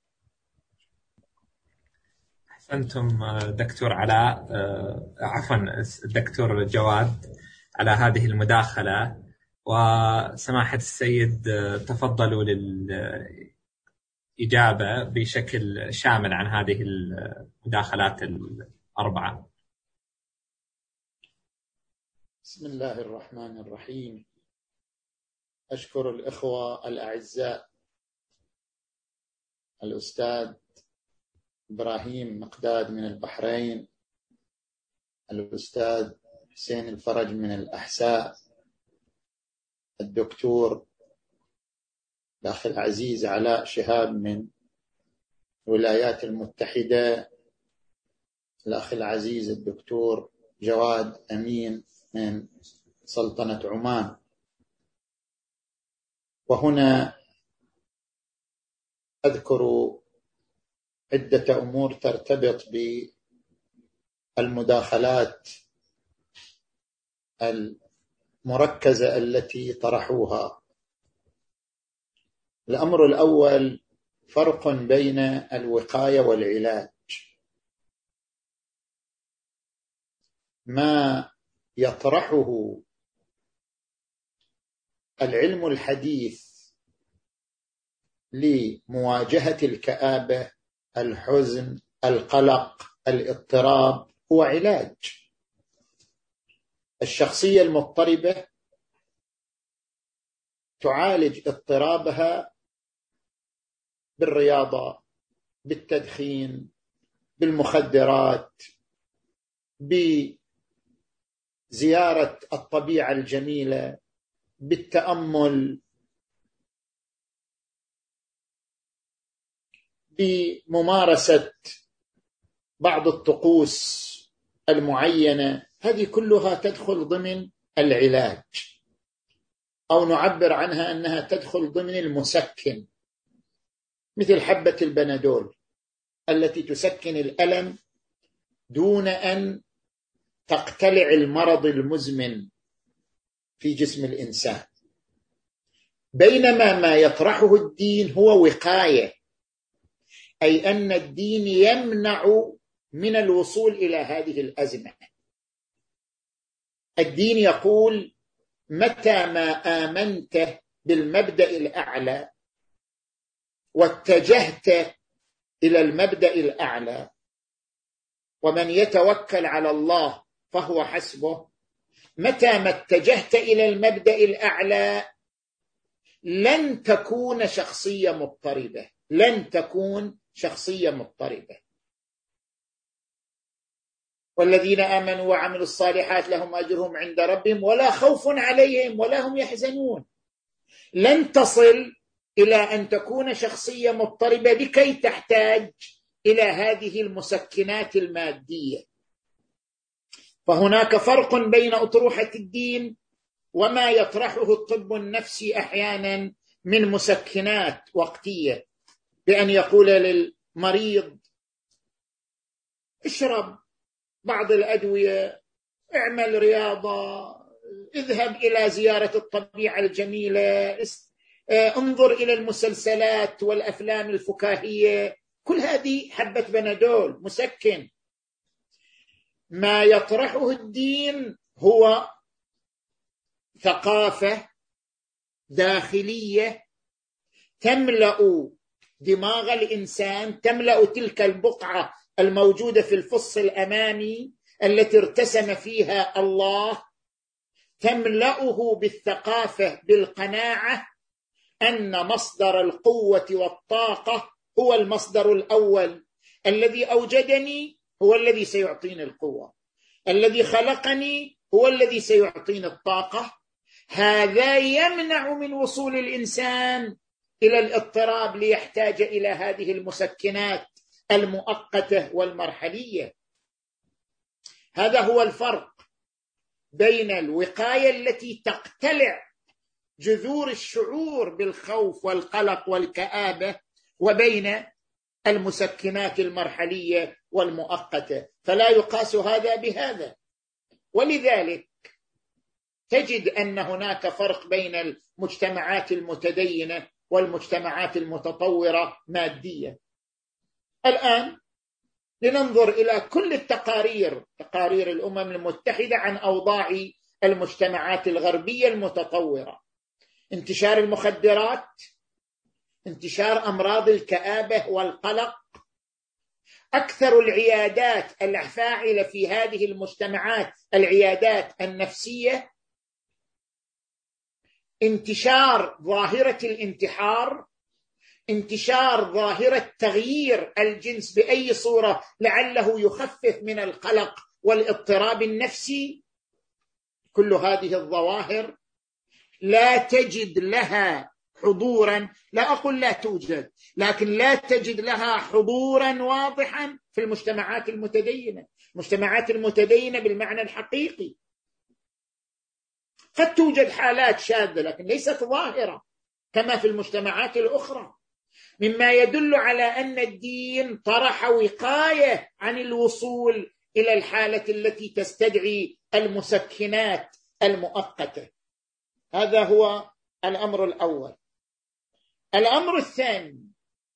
أحسنتم دكتور علاء، عفوا دكتور جواد، على هذه المداخلة. وسماحة السيد تفضلوا للإجابة بشكل شامل عن هذه المداخلات الأربعة. بسم الله الرحمن الرحيم. أشكر الإخوة الأعزاء الأستاذ إبراهيم مقداد من البحرين، الأستاذ حسين الفرج من الأحساء، الدكتور الأخ العزيز علاء شهاب من الولايات المتحدة، الأخ العزيز الدكتور جواد أمين من سلطنة عمان. وهنا أذكر عدة أمور ترتبط بالمداخلات المركزة التي طرحوها. الأمر الأول فرق بين الوقاية والعلاج. ما يطرحه العلم الحديث لمواجهة الكآبة، الحزن، القلق، الاضطراب هو علاج. الشخصية المضطربة تعالج اضطرابها بالرياضة، بالتدخين، بالمخدرات، بزيارة الطبيعة الجميلة، بالتأمل، بممارسة بعض الطقوس المعينة. هذه كلها تدخل ضمن العلاج، أو نعبر عنها أنها تدخل ضمن المسكن، مثل حبة البنادول التي تسكن الألم دون أن تقتلع المرض المزمن في جسم الإنسان. بينما ما يطرحه الدين هو وقاية، أي أن الدين يمنع من الوصول إلى هذه الأزمة. الدين يقول متى ما آمنت بالمبدأ الأعلى واتجهت إلى المبدأ الأعلى، ومن يتوكل على الله فهو حسبه، متى ما اتجهت إلى المبدأ الأعلى لن تكون شخصية مضطربة، لن تكون شخصية مضطربة. والذين آمنوا وعملوا الصالحات لهم أجرهم عند ربهم ولا خوف عليهم ولا هم يحزنون. لن تصل إلى أن تكون شخصية مضطربة لكي تحتاج إلى هذه المسكنات المادية. فهناك فرق بين أطروحة الدين وما يطرحه الطب النفسي أحيانا من مسكنات وقتية، بأن يقول للمريض اشرب بعض الأدوية، اعمل رياضة، اذهب إلى زيارة الطبيعة الجميلة، انظر إلى المسلسلات والأفلام الفكاهية، كل هذه حبة بنادول مسكن. ما يطرحه الدين هو ثقافة داخلية تملأ دماغ الإنسان، تملأ تلك البقعة الموجودة في الفص الأمامي التي ارتسم فيها الله، تملأه بالثقافة بالقناعة أن مصدر القوة والطاقة هو المصدر الأول، الذي أوجدني هو الذي سيعطيني القوة، الذي خلقني هو الذي سيعطيني الطاقة. هذا يمنع من وصول الإنسان إلى الاضطراب ليحتاج إلى هذه المسكنات المؤقتة والمرحلية. هذا هو الفرق بين الوقاية التي تقتلع جذور الشعور بالخوف والقلق والكآبة وبين المسكنات المرحلية والمؤقتة، فلا يقاس هذا بهذا. ولذلك تجد أن هناك فرق بين المجتمعات المتدينة والمجتمعات المتطورة مادية. الآن لننظر إلى كل التقارير، تقارير الأمم المتحدة عن أوضاع المجتمعات الغربية المتطورة: انتشار المخدرات، انتشار أمراض الكآبة والقلق. أكثر العيادات الفاعلة في هذه المجتمعات العيادات النفسية، انتشار ظاهرة الانتحار، انتشار ظاهرة تغيير الجنس بأي صورة لعله يخفف من القلق والاضطراب النفسي. كل هذه الظواهر لا تجد لها حضورا، لا أقول لا توجد، لكن لا تجد لها حضورا واضحا في المجتمعات المتدينة. المجتمعات المتدينة بالمعنى الحقيقي قد توجد حالات شاذة لكن ليست ظاهرة كما في المجتمعات الأخرى، مما يدل على أن الدين طرح وقاية عن الوصول إلى الحالة التي تستدعي المسكنات المؤقتة. هذا هو الأمر الأول. الأمر الثاني،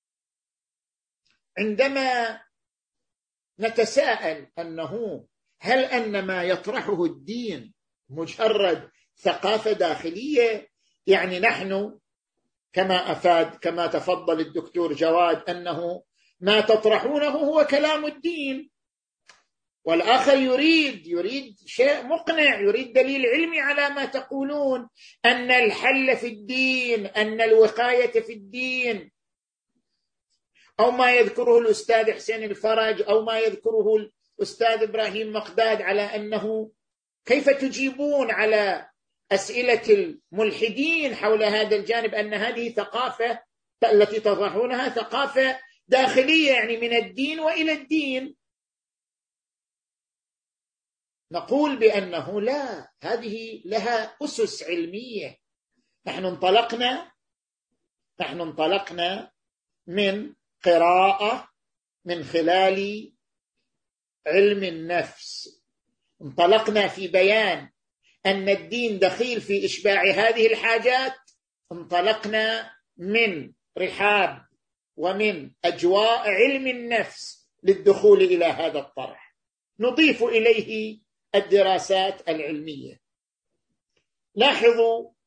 عندما نتساءل أنه هل أن ما يطرحه الدين مجرد ثقافة داخلية، يعني نحن كما أفاد كما تفضل الدكتور جواد أنه ما تطرحونه هو كلام الدين، والآخر يريد يريد شيء مقنع، يريد دليل علمي على ما تقولون، أن الحل في الدين، أن الوقاية في الدين، أو ما يذكره الأستاذ حسين الفرج أو ما يذكره الأستاذ إبراهيم مقداد على أنه كيف تجيبون على أسئلة الملحدين حول هذا الجانب، أن هذه ثقافة التي تطرحونها ثقافة داخلية، يعني من الدين وإلى الدين. نقول بأنه لا، هذه لها أسس علمية. نحن انطلقنا نحن انطلقنا من قراءة من خلال علم النفس، انطلقنا في بيان أن الدين دخيل في إشباع هذه الحاجات، انطلقنا من رحاب ومن أجواء علم النفس للدخول إلى هذا الطرح. نضيف إليه الدراسات العلمية. لاحظوا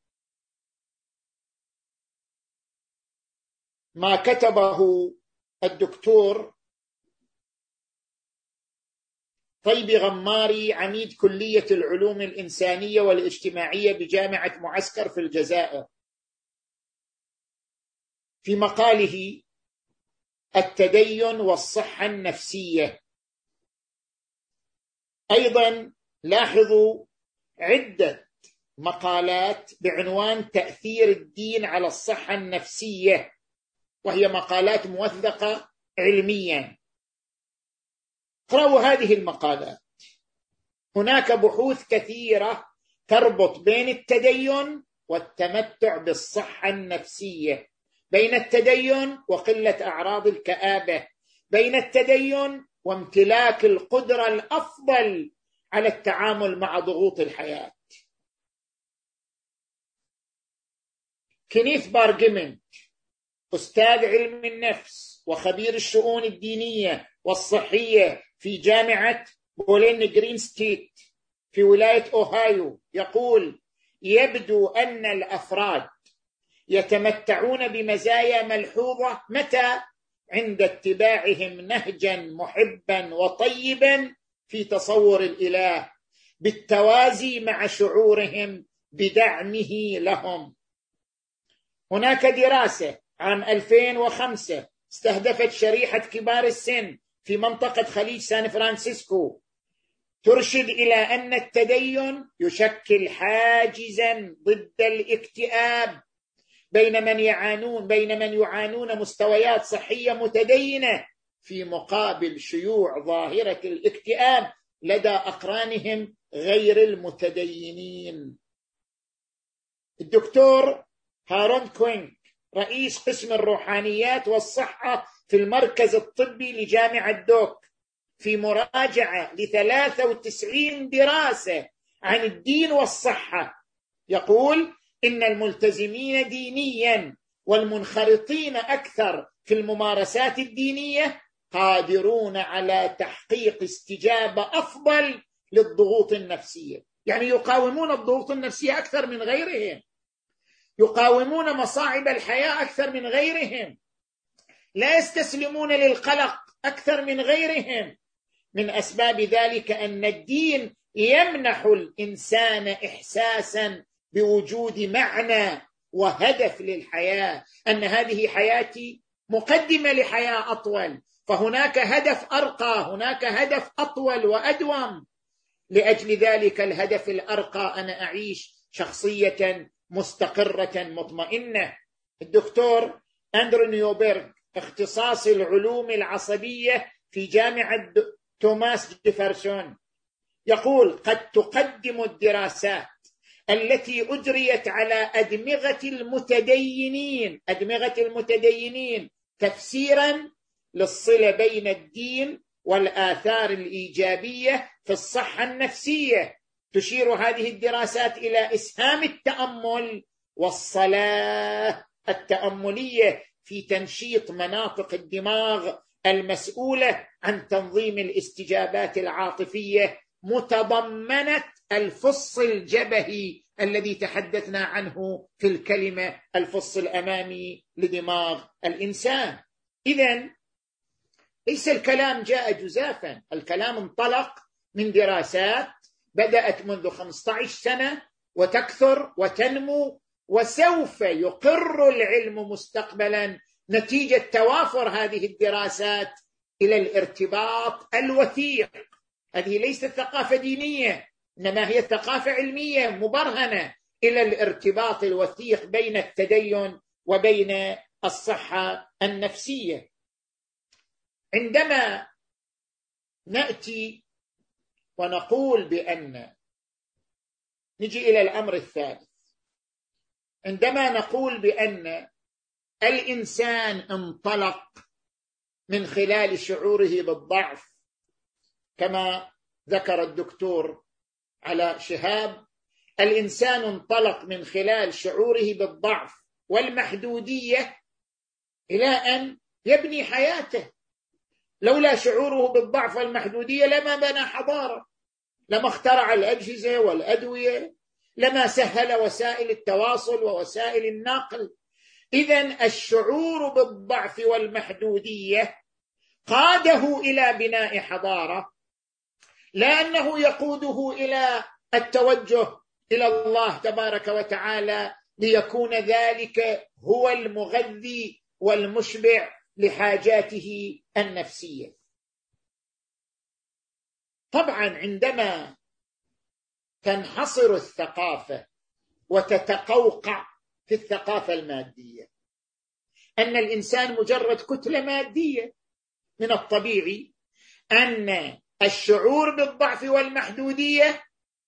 ما كتبه الدكتور طيبي غماري عميد كلية العلوم الإنسانية والاجتماعية بجامعة معسكر في الجزائر في مقاله التدين والصحة النفسية. أيضا لاحظوا عدة مقالات بعنوان تأثير الدين على الصحة النفسية، وهي مقالات موثقة علميا. اقرأوا هذه المقالات. هناك بحوث كثيرة تربط بين التدين والتمتع بالصحة النفسية، بين التدين وقلة أعراض الكآبة، بين التدين وامتلاك القدرة الأفضل على التعامل مع ضغوط الحياة. كينيث بارجمنت أستاذ علم النفس وخبير الشؤون الدينية والصحية في جامعة بولين جرين ستيت في ولاية أوهايو يقول: يبدو أن الأفراد يتمتعون بمزايا ملحوظة متى؟ عند اتباعهم نهجا محبا وطيبا في تصور الإله، بالتوازي مع شعورهم بدعمه لهم. هناك دراسة عام ألفين وخمسة استهدفت شريحة كبار السن في منطقة خليج سان فرانسيسكو، ترشد إلى أن التدين يشكل حاجزا ضد الاكتئاب بين من يعانون بين من يعانون مستويات صحية متدينة، في مقابل شيوع ظاهرة الاكتئاب لدى أقرانهم غير المتدينين. الدكتور هارون كوينك رئيس قسم الروحانيات والصحة في المركز الطبي لجامعة دوك في مراجعة لثلاثة وتسعين دراسة عن الدين والصحة يقول إن الملتزمين دينيا والمنخرطين أكثر في الممارسات الدينية قادرون على تحقيق استجابة أفضل للضغوط النفسية، يعني يقاومون الضغوط النفسية أكثر من غيرهم، يقاومون مصاعب الحياة أكثر من غيرهم، لا يستسلمون للقلق أكثر من غيرهم. من أسباب ذلك أن الدين يمنح الإنسان إحساسا بوجود معنى وهدف للحياة، أن هذه حياتي مقدمة لحياة أطول، فهناك هدف أرقى، هناك هدف أطول وأدوم. لأجل ذلك الهدف الأرقى أنا أعيش شخصية مستقرة مطمئنة. الدكتور أندرو نيوبرغ اختصاص العلوم العصبية في جامعة توماس جيفرسون يقول: قد تقدم الدراسات التي أجريت على أدمغة المتدينين أدمغة المتدينين تفسيرا للصلة بين الدين والآثار الإيجابية في الصحة النفسية. تشير هذه الدراسات إلى إسهام التأمل والصلاة التأملية في تنشيط مناطق الدماغ المسؤولة عن تنظيم الاستجابات العاطفية، متضمنة الفص الجبهي الذي تحدثنا عنه في الكلمة، الفص الأمامي لدماغ الإنسان. إذن ليس الكلام جاء جزافا، الكلام انطلق من دراسات بدأت منذ خمسة عشر سنة وتكثر وتنمو، وسوف يقر العلم مستقبلا نتيجة توافر هذه الدراسات إلى الارتباط الوثيق. هذه ليست ثقافة دينية، إنما هي ثقافة علمية مبرهنة إلى الارتباط الوثيق بين التدين وبين الصحة النفسية. عندما نأتي ونقول بأن نجي إلى الأمر الثالث، عندما نقول بأن الإنسان انطلق من خلال شعوره بالضعف كما ذكر الدكتور علاء شهاب، الإنسان انطلق من خلال شعوره بالضعف والمحدودية إلى أن يبني حياته. لولا شعوره بالضعف والمحدودية لما بنى حضارة، لما اخترع الأجهزة والأدوية، لما سهل وسائل التواصل ووسائل النقل. إذن الشعور بالضعف والمحدودية قاده إلى بناء حضارة، لا أنه يقوده إلى التوجه إلى الله تبارك وتعالى ليكون ذلك هو المغذي والمشبع لحاجاته النفسية. طبعا عندما تنحصر الثقافة وتتقوقع في الثقافة المادية أن الإنسان مجرد كتلة مادية، من الطبيعي أن الشعور بالضعف والمحدودية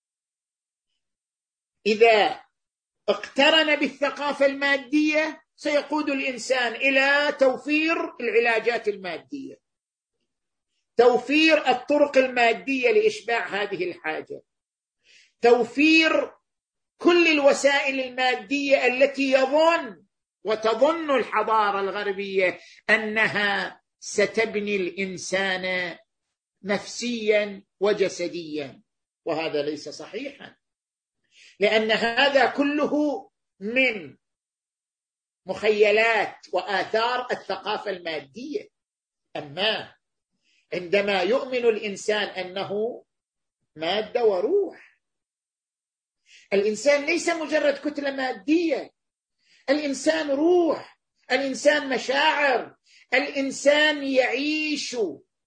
إذا اقترن بالثقافة المادية سيقود الإنسان إلى توفير العلاجات المادية، توفير الطرق المادية لإشباع هذه الحاجة، توفير كل الوسائل المادية التي يظن وتظن الحضارة الغربية أنها ستبني الإنسان نفسيا وجسديا، وهذا ليس صحيحا، لأن هذا كله من مخيلات وآثار الثقافة المادية. أما عندما يؤمن الإنسان أنه مادة وروح، الإنسان ليس مجرد كتلة مادية، الإنسان روح، الإنسان مشاعر، الإنسان يعيش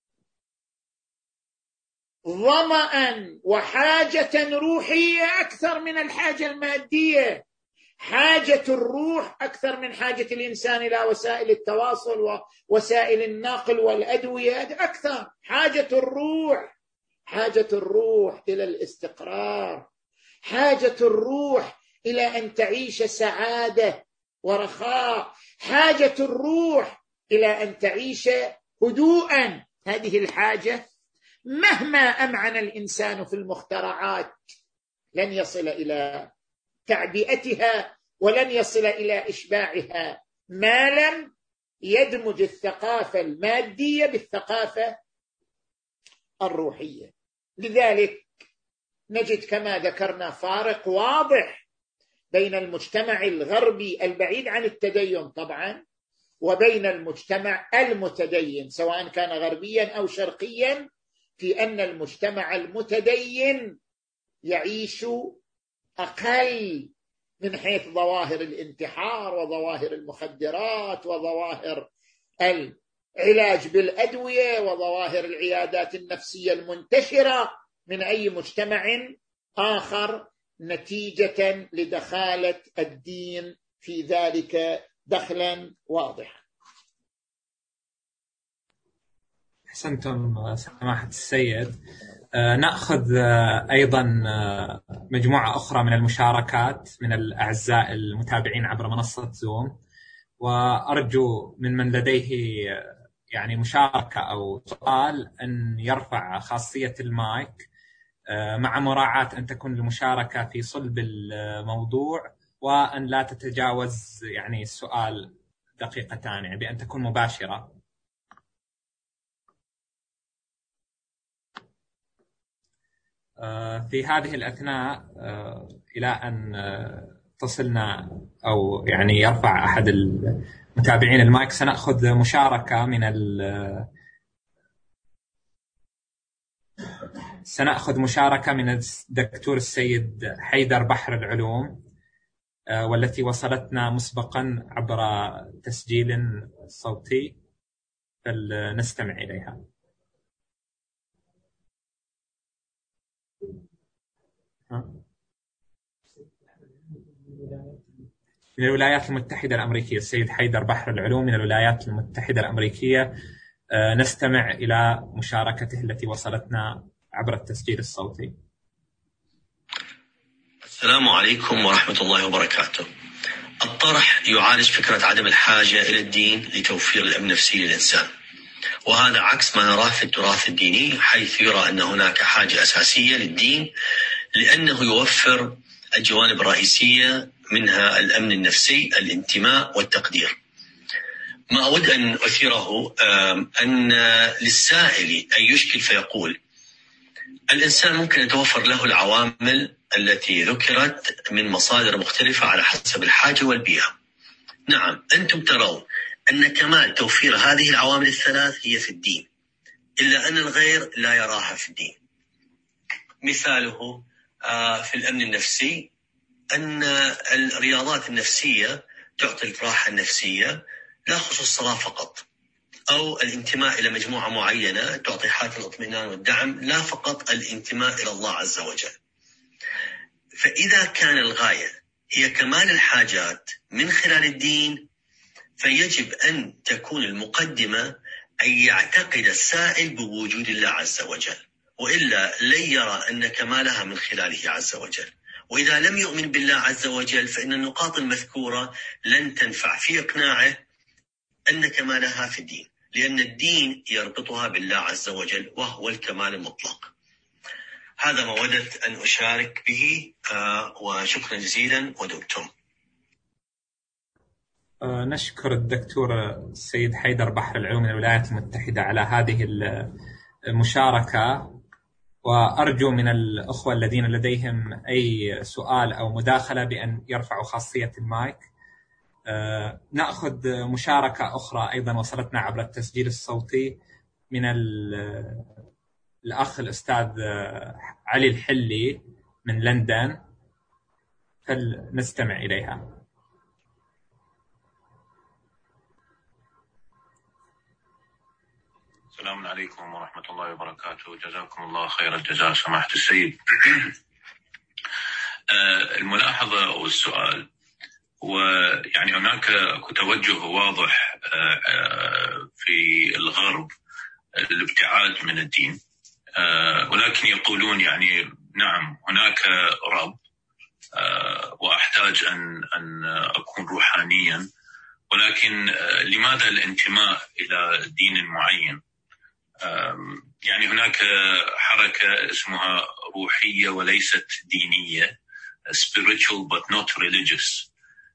ظمأ وحاجة روحية أكثر من الحاجة المادية. حاجة الروح أكثر من حاجة الإنسان إلى وسائل التواصل ووسائل النقل والأدوية، أكثر. حاجة الروح حاجة الروح إلى الاستقرار، حاجة الروح إلى أن تعيش سعادة ورخاء، حاجة الروح إلى أن تعيش هدوءا. هذه الحاجة مهما أمعن الإنسان في المخترعات لن يصل إلى تعبئتها ولن يصل إلى إشباعها ما لم يدمج الثقافة المادية بالثقافة الروحية. لذلك نجد كما ذكرنا فارق واضح بين المجتمع الغربي البعيد عن التدين طبعا وبين المجتمع المتدين سواء كان غربيا أو شرقيا، في أن المجتمع المتدين يعيش أقل من حيث ظواهر الانتحار وظواهر المخدرات وظواهر العلاج بالأدوية وظواهر العيادات النفسية المنتشرة من أي مجتمع آخر، نتيجة لدخالة الدين في ذلك دخلا واضحا. أحسنتم سماحة السيد. نأخذ أيضا مجموعة أخرى من المشاركات من الأعزاء المتابعين عبر منصة زوم، وأرجو من من لديه يعني مشاركة أو سؤال أن يرفع خاصية المايك، مع مراعاة أن تكون المشاركة في صلب الموضوع وأن لا تتجاوز يعني السؤال دقيقتان، يعني بأن تكون مباشرة. في هذه الأثناء إلى أن تصلنا أو يعني يرفع أحد المتابعين المايك سنأخذ مشاركة من ال سنأخذ مشاركة من الدكتور السيد حيدر بحر العلوم، والتي وصلتنا مسبقا عبر تسجيل صوتي، فلنستمع إليها. من الولايات المتحدة الأمريكية، السيد حيدر بحر العلوم من الولايات المتحدة الأمريكية. نستمع إلى مشاركته التي وصلتنا عبر التسجيل الصوتي. السلام عليكم ورحمة الله وبركاته. الطرح يعالج فكرة عدم الحاجة إلى الدين لتوفير الأمن النفسي للإنسان، وهذا عكس ما نراه في التراث الديني، حيث يرى أن هناك حاجة أساسية للدين لأنه يوفر الجوانب الرئيسية، منها الأمن النفسي، الانتماء والتقدير. ما أود أن أثيره أن للسائل أن يشكل فيقول: الإنسان ممكن يتوفر له العوامل التي ذكرت من مصادر مختلفة على حسب الحاجة والبيئة. نعم، أنتم ترون أن كمال توفير هذه العوامل الثلاث هي في الدين، إلا أن الغير لا يراها في الدين. مثاله في الأمن النفسي أن الرياضات النفسية تعطي الراحة النفسية لا خصوص الصلاة فقط، أو الانتماء إلى مجموعة معينة تعطي حالة الاطمئنان والدعم لا فقط الانتماء إلى الله عز وجل. فإذا كان الغاية هي كمال الحاجات من خلال الدين، فيجب أن تكون المقدمة أن يعتقد السائل بوجود الله عز وجل، وإلا لن يرى أن كمالها من خلاله عز وجل. وإذا لم يؤمن بالله عز وجل فإن النقاط المذكورة لن تنفع في إقناعه أن كمالها في الدين، لأن الدين يربطها بالله عز وجل وهو الكمال المطلق. هذا ما وددت أن أشارك به، وشكرا جزيلا ودمتم. نشكر الدكتور السيد حيدر بحر العلوم من الولايات المتحدة على هذه المشاركة، وأرجو من الأخوة الذين لديهم أي سؤال أو مداخلة بأن يرفعوا خاصية المايك. نأخذ مشاركة أخرى أيضا وصلتنا عبر التسجيل الصوتي من الأخ الأستاذ علي الحلي من لندن، فلنستمع إليها. السلام عليكم ورحمة الله وبركاته. جزاكم الله خير الجزاء سماحة السيد. الملاحظة أو السؤال، ويعني هناك توجه واضح في الغرب الابتعاد من الدين، ولكن يقولون يعني نعم هناك رب وأحتاج أن أن أكون روحانيا، ولكن لماذا الانتماء إلى دين معين؟ يعني هناك حركة اسمها روحية وليست دينية، spiritual but not religious،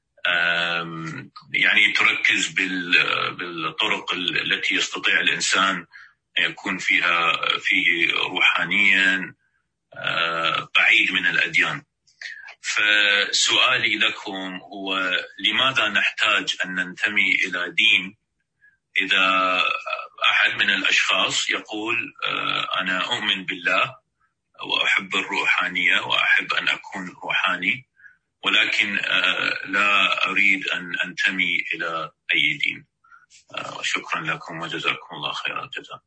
يعني تركز بالطرق التي يستطيع الإنسان أن يكون فيها فيه روحانيا بعيد من الأديان. فسؤالي لكم هو لماذا نحتاج أن ننتمي إلى دين إذا أحد من الأشخاص يقول أنا أؤمن بالله وأحب الروحانية وأحب أن أكون روحاني، ولكن لا أريد أن أنتمي إلى أي دين؟ شكرا لكم وجزاكم الله خير الجزاء.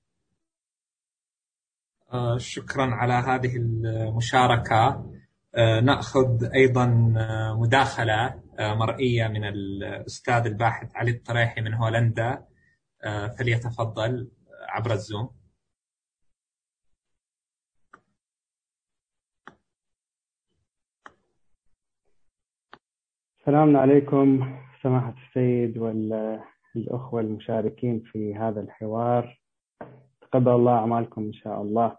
شكرا على هذه المشاركة. نأخذ أيضا مداخلة مرئية من الأستاذ الباحث علي الطريحي من هولندا، فليتفضل عبر الزوم. السلام عليكم سماحة السيد والأخوة المشاركين في هذا الحوار، تقبل الله أعمالكم إن شاء الله.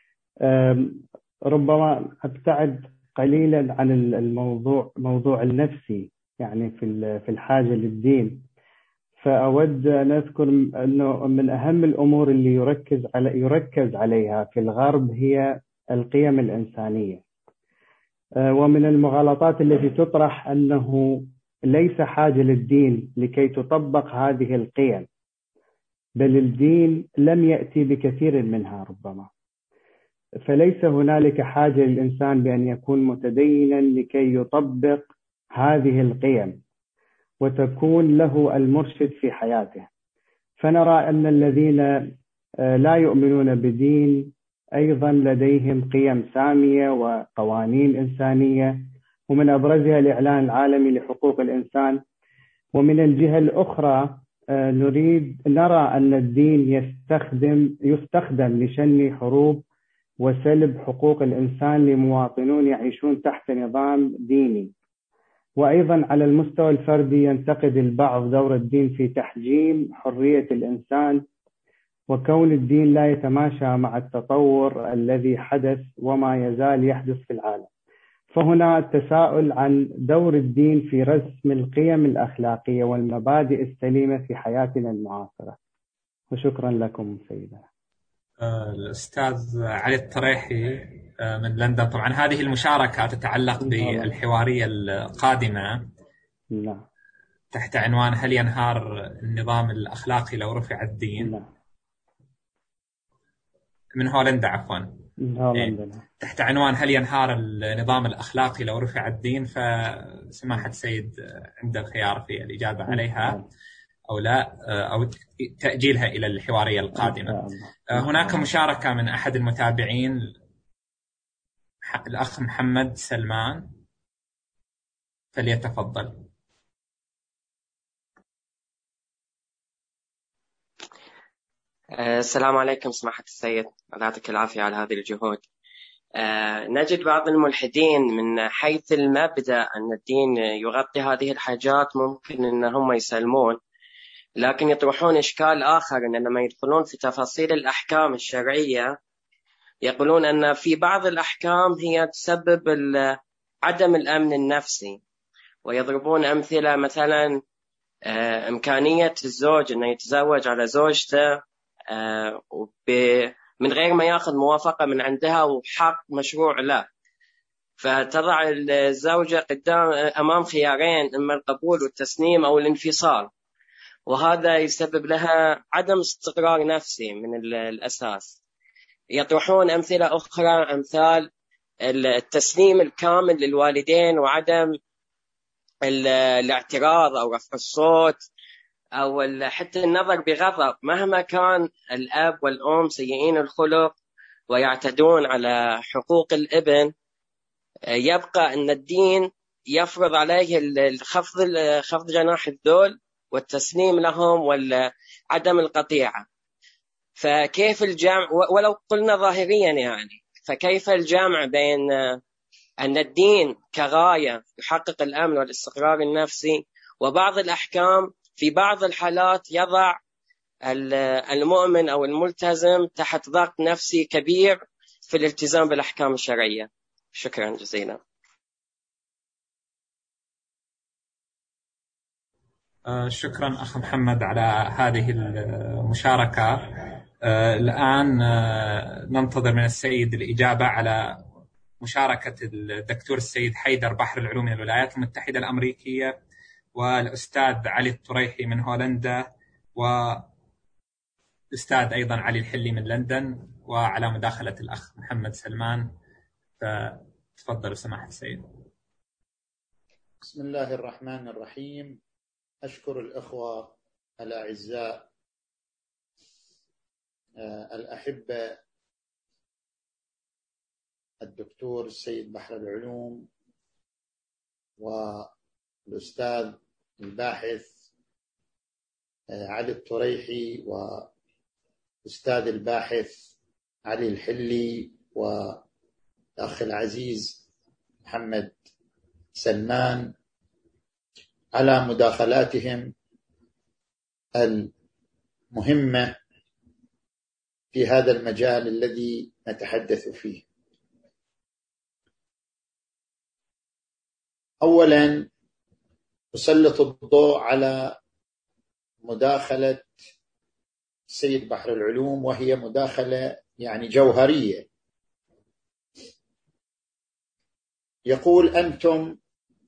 ربما أبتعد قليلا عن الموضوع موضوع النفسي يعني في في الحاجة للدين، فأود أن أذكر أنه من أهم الأمور اللي يركز على يركز عليها في الغرب هي القيم الإنسانية، ومن المغالطات التي تطرح أنه ليس حاجة للدين لكي تطبق هذه القيم، بل الدين لم يأتي بكثير منها ربما، فليس هنالك حاجة للإنسان بأن يكون متدينا لكي يطبق هذه القيم وتكون له المرشد في حياته. فنرى أن الذين لا يؤمنون بدين أيضا لديهم قيم سامية وقوانين إنسانية، ومن أبرزها الإعلان العالمي لحقوق الإنسان. ومن الجهة الأخرى نريد نرى أن الدين يستخدم يستخدم لشن حروب وسلب حقوق الإنسان لمواطنون يعيشون تحت نظام ديني. وأيضا على المستوى الفردي ينتقد البعض دور الدين في تحجيم حرية الإنسان، وكون الدين لا يتماشى مع التطور الذي حدث وما يزال يحدث في العالم. فهنا تساؤل عن دور الدين في رسم القيم الأخلاقية والمبادئ السليمة في حياتنا المعاصرة. وشكرا لكم سيدنا. الأستاذ علي الطريحي من لندن. طبعا هذه المشاركة تتعلق بالحوارية القادمة لا. تحت عنوان هل ينهار النظام الأخلاقي لو رفع الدين؟ لا. من هولندا عفوا. هولندا. تحت عنوان هل ينهار النظام الأخلاقي لو رفع الدين، فسماحة السيد عنده الخيار في الإجابة عليها أو لا، أو تأجيلها إلى الحوارية القادمة. هناك مشاركة من أحد المتابعين الأخ محمد سلمان، فليتفضل. السلام عليكم سماحة السيد، الله يعطيك العافية على هذه الجهود. نجد بعض الملحدين من حيث المبدأ أن الدين يغطي هذه الحاجات ممكن أن هم يسلمون، لكن يطرحون إشكال آخر أن لما يدخلون في تفاصيل الأحكام الشرعية يقولون أن في بعض الأحكام هي تسبب عدم الأمن النفسي، ويضربون أمثلة مثلا إمكانية الزوج أنه يتزوج على زوجته من غير ما يأخذ موافقة من عندها وحق مشروع له، فتضع الزوجة قدام أمام خيارين، إما القبول والتسليم أو الانفصال، وهذا يسبب لها عدم استقرار نفسي من الأساس. يطرحون أمثلة أخرى، أمثال التسليم الكامل للوالدين وعدم الاعتراض أو رفع الصوت أو حتى النظر بغضب مهما كان الأب والأم سيئين الخلق ويعتدون على حقوق الابن. يبقى أن الدين يفرض عليه الخفض خفض جناح الذل والتسليم لهم وعدم القطيعة. فكيف الجمع، ولو قلنا ظاهريا يعني، فكيف الجمع بين أن الدين كغاية يحقق الأمن والاستقرار النفسي وبعض الأحكام في بعض الحالات يضع المؤمن أو الملتزم تحت ضغط نفسي كبير في الالتزام بالأحكام الشرعية؟ شكرا جزيلا. شكرا أخ محمد على هذه المشاركة. الآن ننتظر من السيد الإجابة على مشاركة الدكتور السيد حيدر بحر العلوم من الولايات المتحدة الأمريكية، والأستاذ علي الطريحي من هولندا، والأستاذ أيضا علي الحلي من لندن، وعلى مداخلة الأخ محمد سلمان. فتفضل سماحة السيد. بسم الله الرحمن الرحيم. أشكر الأخوة الأعزاء الأحبة الدكتور السيد بحر العلوم والأستاذ الباحث علي الطريحي والأستاذ الباحث علي الحلي والأخ العزيز محمد سلمان على مداخلاتهم المهمة في هذا المجال الذي نتحدث فيه. أولا أسلط الضوء على مداخلة السيد بحر العلوم، وهي مداخلة يعني جوهرية. يقول: أنتم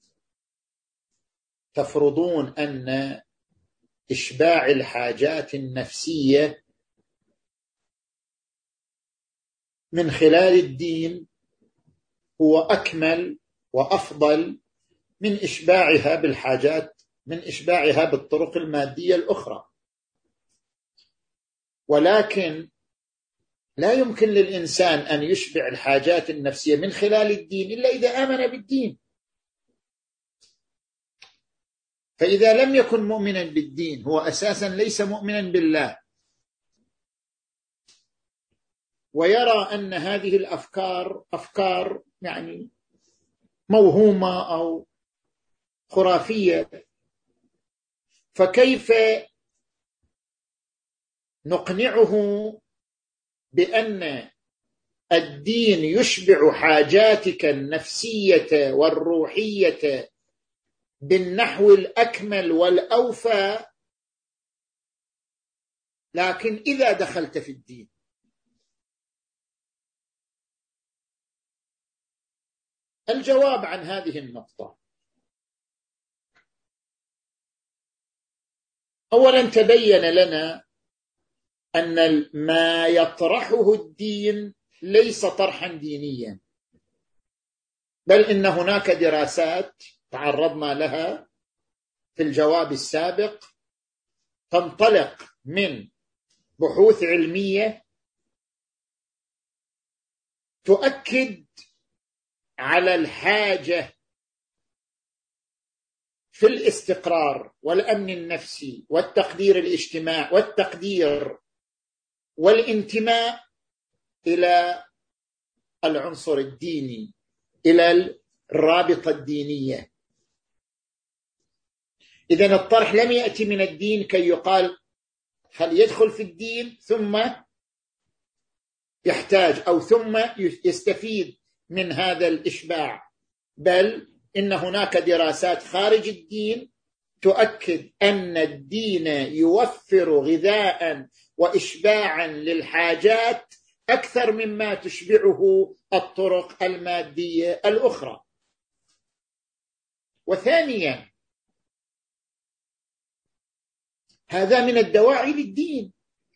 تفرضون أن إشباع الحاجات النفسية من خلال الدين هو أكمل وأفضل من إشباعها بالحاجات من إشباعها بالطرق المادية الأخرى، ولكن لا يمكن للإنسان أن يشبع الحاجات النفسية من خلال الدين إلا إذا آمن بالدين. فإذا لم يكن مؤمنا بالدين هو أساسا ليس مؤمنا بالله، ويرى أن هذه الأفكار أفكار يعني موهومة أو خرافية، فكيف نقنعه بأن الدين يشبع حاجاتك النفسية والروحية بالنحو الأكمل والأوفى، لكن إذا دخلت في الدين الجواب عن هذه النقطة: أولا تبين لنا أن ما يطرحه الدين ليس طرحا دينيا، بل إن هناك دراسات تعرضنا لها في الجواب السابق تنطلق من بحوث علمية تؤكد على الحاجة في الاستقرار والأمن النفسي والتقدير الاجتماعي والتقدير والانتماء إلى العنصر الديني، إلى الرابطة الدينية. إذن الطرح لم يأتي من الدين كي يقال هل يدخل في الدين ثم يحتاج أو ثم يستفيد من هذا الإشباع، بل إن هناك دراسات خارج الدين تؤكد أن الدين يوفر غذاء وإشباعا للحاجات أكثر مما تشبعه الطرق المادية الأخرى. وثانيا هذا من الدواعي للدين.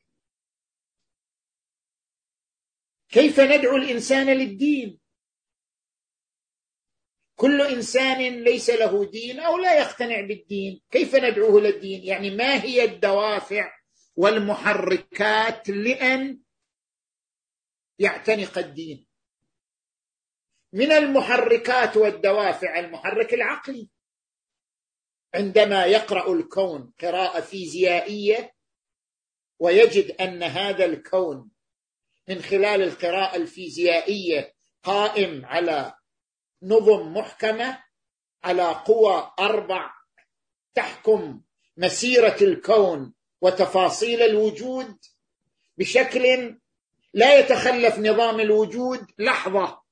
كيف ندعو الإنسان للدين؟ كل إنسان ليس له دين أو لا يقتنع بالدين، كيف ندعوه للدين؟ يعني ما هي الدوافع والمحركات لأن يعتنق الدين؟ من المحركات والدوافع المحرك العقلي، عندما يقرأ الكون قراءة فيزيائية ويجد أن هذا الكون من خلال القراءة الفيزيائية قائم على نظم محكمة، على قوى أربع تحكم مسيرة الكون وتفاصيل الوجود بشكل لا يتخلف نظام الوجود لحظة.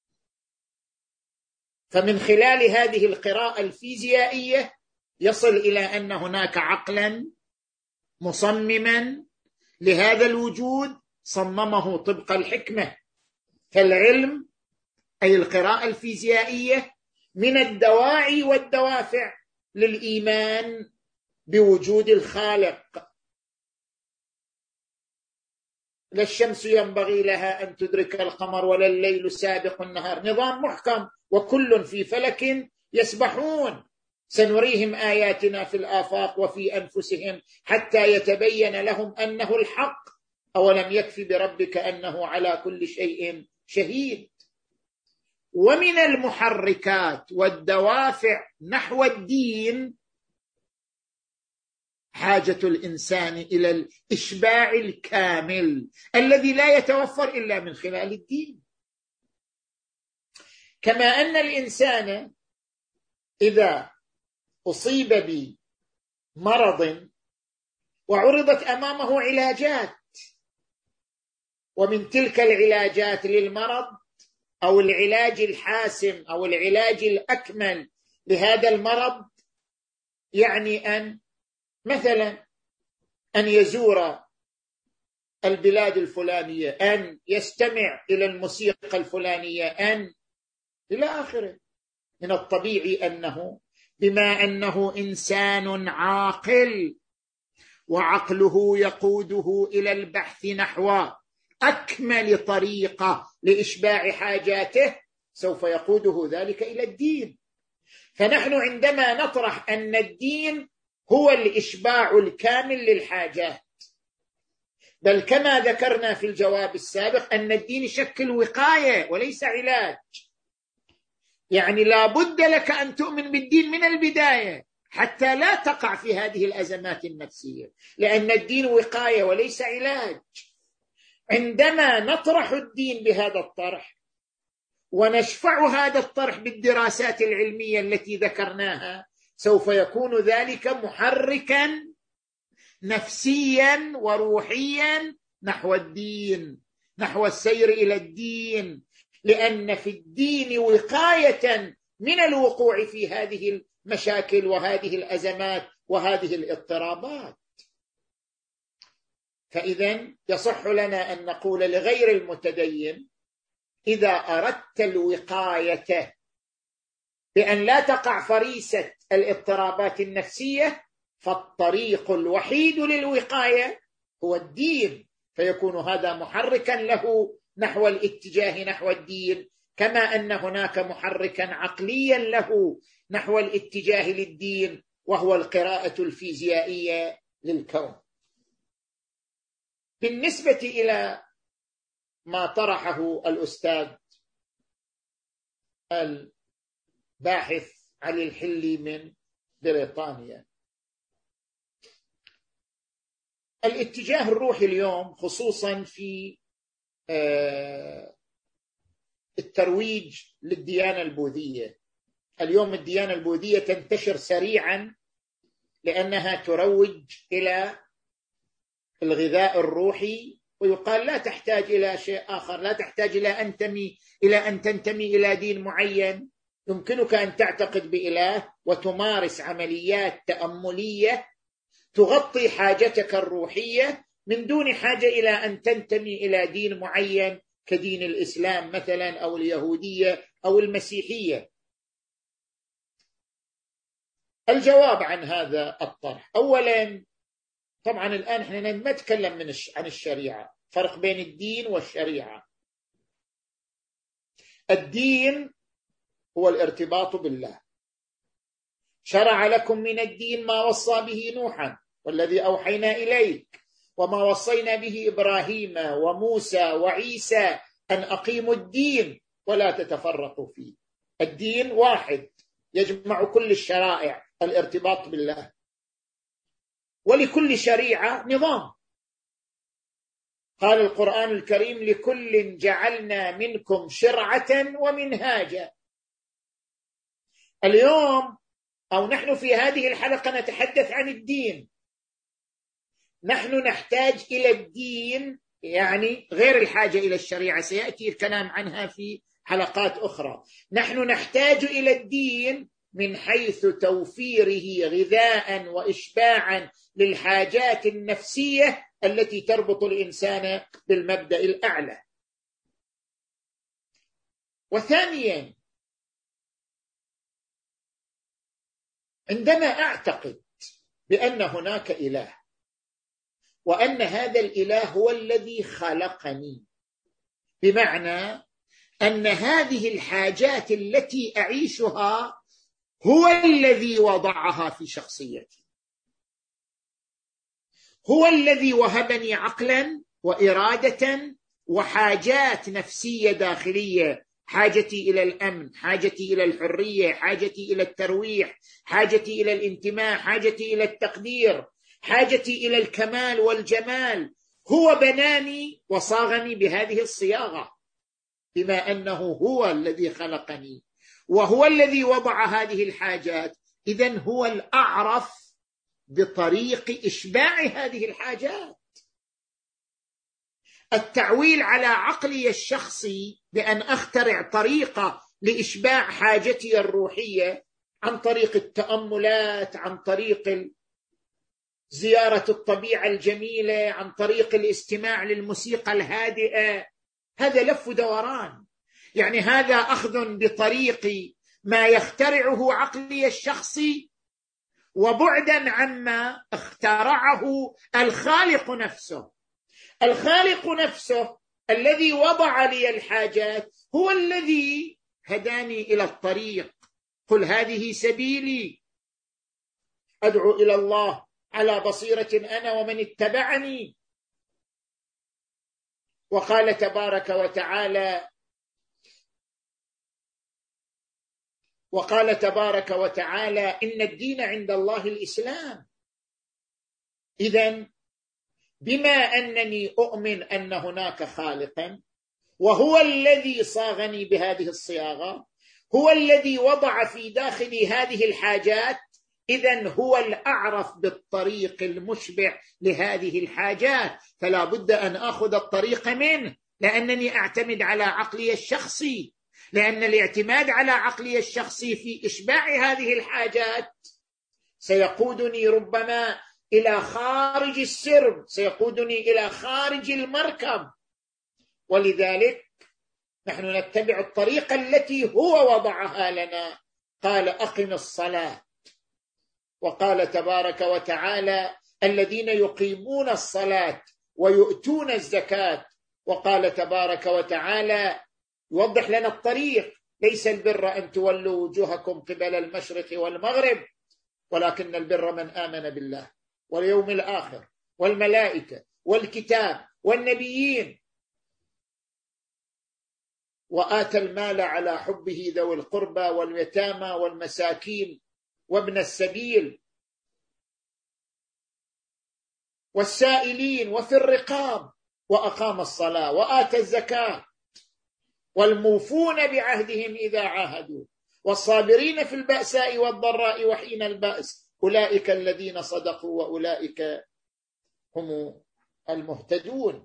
فمن خلال هذه القراءة الفيزيائية يصل إلى أن هناك عقلا مصمما لهذا الوجود صممه طبق الحكمة. فالعلم أي القراءة الفيزيائية من الدواعي والدوافع للإيمان بوجود الخالق. لا الشمس ينبغي لها أن تدرك القمر ولا الليل سابق النهار، نظام محكم وكل في فلك يسبحون. سنريهم آياتنا في الآفاق وفي أنفسهم حتى يتبين لهم أنه الحق، أولم يكف بربك أنه على كل شيء شهيد. ومن المحركات والدوافع نحو الدين حاجة الإنسان إلى الإشباع الكامل الذي لا يتوفر إلا من خلال الدين. كما أن الإنسان إذا أصيب بمرض وعرضت أمامه علاجات، ومن تلك العلاجات للمرض أو العلاج الحاسم أو العلاج الأكمل لهذا المرض، يعني أن مثلا أن يزور البلاد الفلانية، أن يستمع إلى الموسيقى الفلانية، أن إلى آخره. من الطبيعي أنه بما أنه إنسان عاقل وعقله يقوده إلى البحث نحو أكمل طريقة لإشباع حاجاته، سوف يقوده ذلك إلى الدين. فنحن عندما نطرح أن الدين هو الإشباع الكامل للحاجات، بل كما ذكرنا في الجواب السابق أن الدين يشكل وقاية وليس علاج. يعني لا بد لك أن تؤمن بالدين من البداية حتى لا تقع في هذه الأزمات النفسية، لأن الدين وقاية وليس علاج. عندما نطرح الدين بهذا الطرح ونشفع هذا الطرح بالدراسات العلمية التي ذكرناها، سوف يكون ذلك محركا نفسيا وروحيا نحو الدين. نحو السير إلى الدين، لأن في الدين وقاية من الوقوع في هذه المشاكل وهذه الأزمات وهذه الاضطرابات. فإذا يصح لنا أن نقول لغير المتدين: إذا أردت الوقاية بأن لا تقع فريسة الاضطرابات النفسية، فالطريق الوحيد للوقاية هو الدين، فيكون هذا محركا له نحو الاتجاه نحو الدين، كما أن هناك محركا عقليا له نحو الاتجاه للدين، وهو القراءة الفيزيائية للكون. بالنسبة إلى ما طرحه الأستاذ الباحث علي الحلي من بريطانيا، الاتجاه الروحي اليوم خصوصا في الترويج للديانة البوذية، اليوم الديانة البوذية تنتشر سريعا لأنها تروج إلى الغذاء الروحي، ويقال لا تحتاج إلى شيء آخر، لا تحتاج إلى أن تنتمي إلى أن تنتمي إلى دين معين، يمكنك أن تعتقد بإله وتمارس عمليات تأملية تغطي حاجتك الروحية من دون حاجة إلى أن تنتمي إلى دين معين كدين الإسلام مثلا أو اليهودية أو المسيحية. الجواب عن هذا الطرح: أولا، طبعا الآن احنا ما نتكلم من عن الشريعة، فرق بين الدين والشريعة. الدين هو الارتباط بالله. شرع لكم من الدين ما وصى به نوحا والذي أوحينا إليك وما وصينا به إبراهيم وموسى وعيسى أن أقيموا الدين ولا تتفرقوا فيه. الدين واحد يجمع كل الشرائع، الارتباط بالله، ولكل شريعة نظام. قال القرآن الكريم: لكل جعلنا منكم شرعة ومنهاجا. اليوم أو نحن في هذه الحلقة نتحدث عن الدين. نحن نحتاج إلى الدين، يعني غير الحاجة إلى الشريعة، سيأتي الكلام عنها في حلقات أخرى. نحن نحتاج إلى الدين من حيث توفيره غذاء وإشباعا للحاجات النفسية التي تربط الإنسان بالمبدأ الأعلى. وثانيا، عندما أعتقد بأن هناك إله وأن هذا الإله هو الذي خلقني، بمعنى أن هذه الحاجات التي أعيشها هو الذي وضعها في شخصيتي، هو الذي وهبني عقلا وإرادة وحاجات نفسية داخلية، حاجتي إلى الأمن، حاجتي إلى الحرية، حاجتي إلى الترويح، حاجتي إلى الانتماء، حاجتي إلى التقدير، حاجتي إلى الكمال والجمال. هو بناني وصاغني بهذه الصياغة، بما أنه هو الذي خلقني وهو الذي وضع هذه الحاجات، إذن هو الأعرف بطريق إشباع هذه الحاجات. التعويل على عقلي الشخصي بأن أخترع طريقة لإشباع حاجتي الروحية عن طريق التأملات، عن طريق زيارة الطبيعة الجميلة، عن طريق الاستماع للموسيقى الهادئة، هذا لف دوران. يعني هذا أخذ بطريق ما يخترعه عقلي الشخصي وبعدا عما اخترعه الخالق نفسه. الخالق نفسه الذي وضع لي الحاجات هو الذي هداني إلى الطريق. قل هذه سبيلي أدعو إلى الله على بصيرة أنا ومن اتبعني. وقال تبارك وتعالى وقال تبارك وتعالى إن الدين عند الله الإسلام. إذن بما أنني أؤمن أن هناك خالقا وهو الذي صاغني بهذه الصياغة، هو الذي وضع في داخلي هذه الحاجات، إذن هو الأعرف بالطريق المشبع لهذه الحاجات، فلا بد أن أخذ الطريق منه، لأنني أعتمد على عقلي الشخصي، لأن الاعتماد على عقلي الشخصي في إشباع هذه الحاجات سيقودني ربما إلى خارج السرب، سيقودني إلى خارج المركب. ولذلك نحن نتبع الطريقة التي هو وضعها لنا. قال أقم الصلاة، وقال تبارك وتعالى الذين يقيمون الصلاة ويؤتون الزكاة، وقال تبارك وتعالى يوضح لنا الطريق: ليس البر أن تولوا وجوهكم قبل المشرق والمغرب ولكن البر من آمن بالله واليوم الآخر والملائكة والكتاب والنبيين وآتى المال على حبه ذوي القربى واليتامى والمساكين وابن السبيل والسائلين وفي الرقاب، وأقام الصلاة وآتى الزكاة والموفون بعهدهم إذا عاهدوا والصابرين في البأساء والضراء وحين البأس أولئك الذين صدقوا وأولئك هم المهتدون.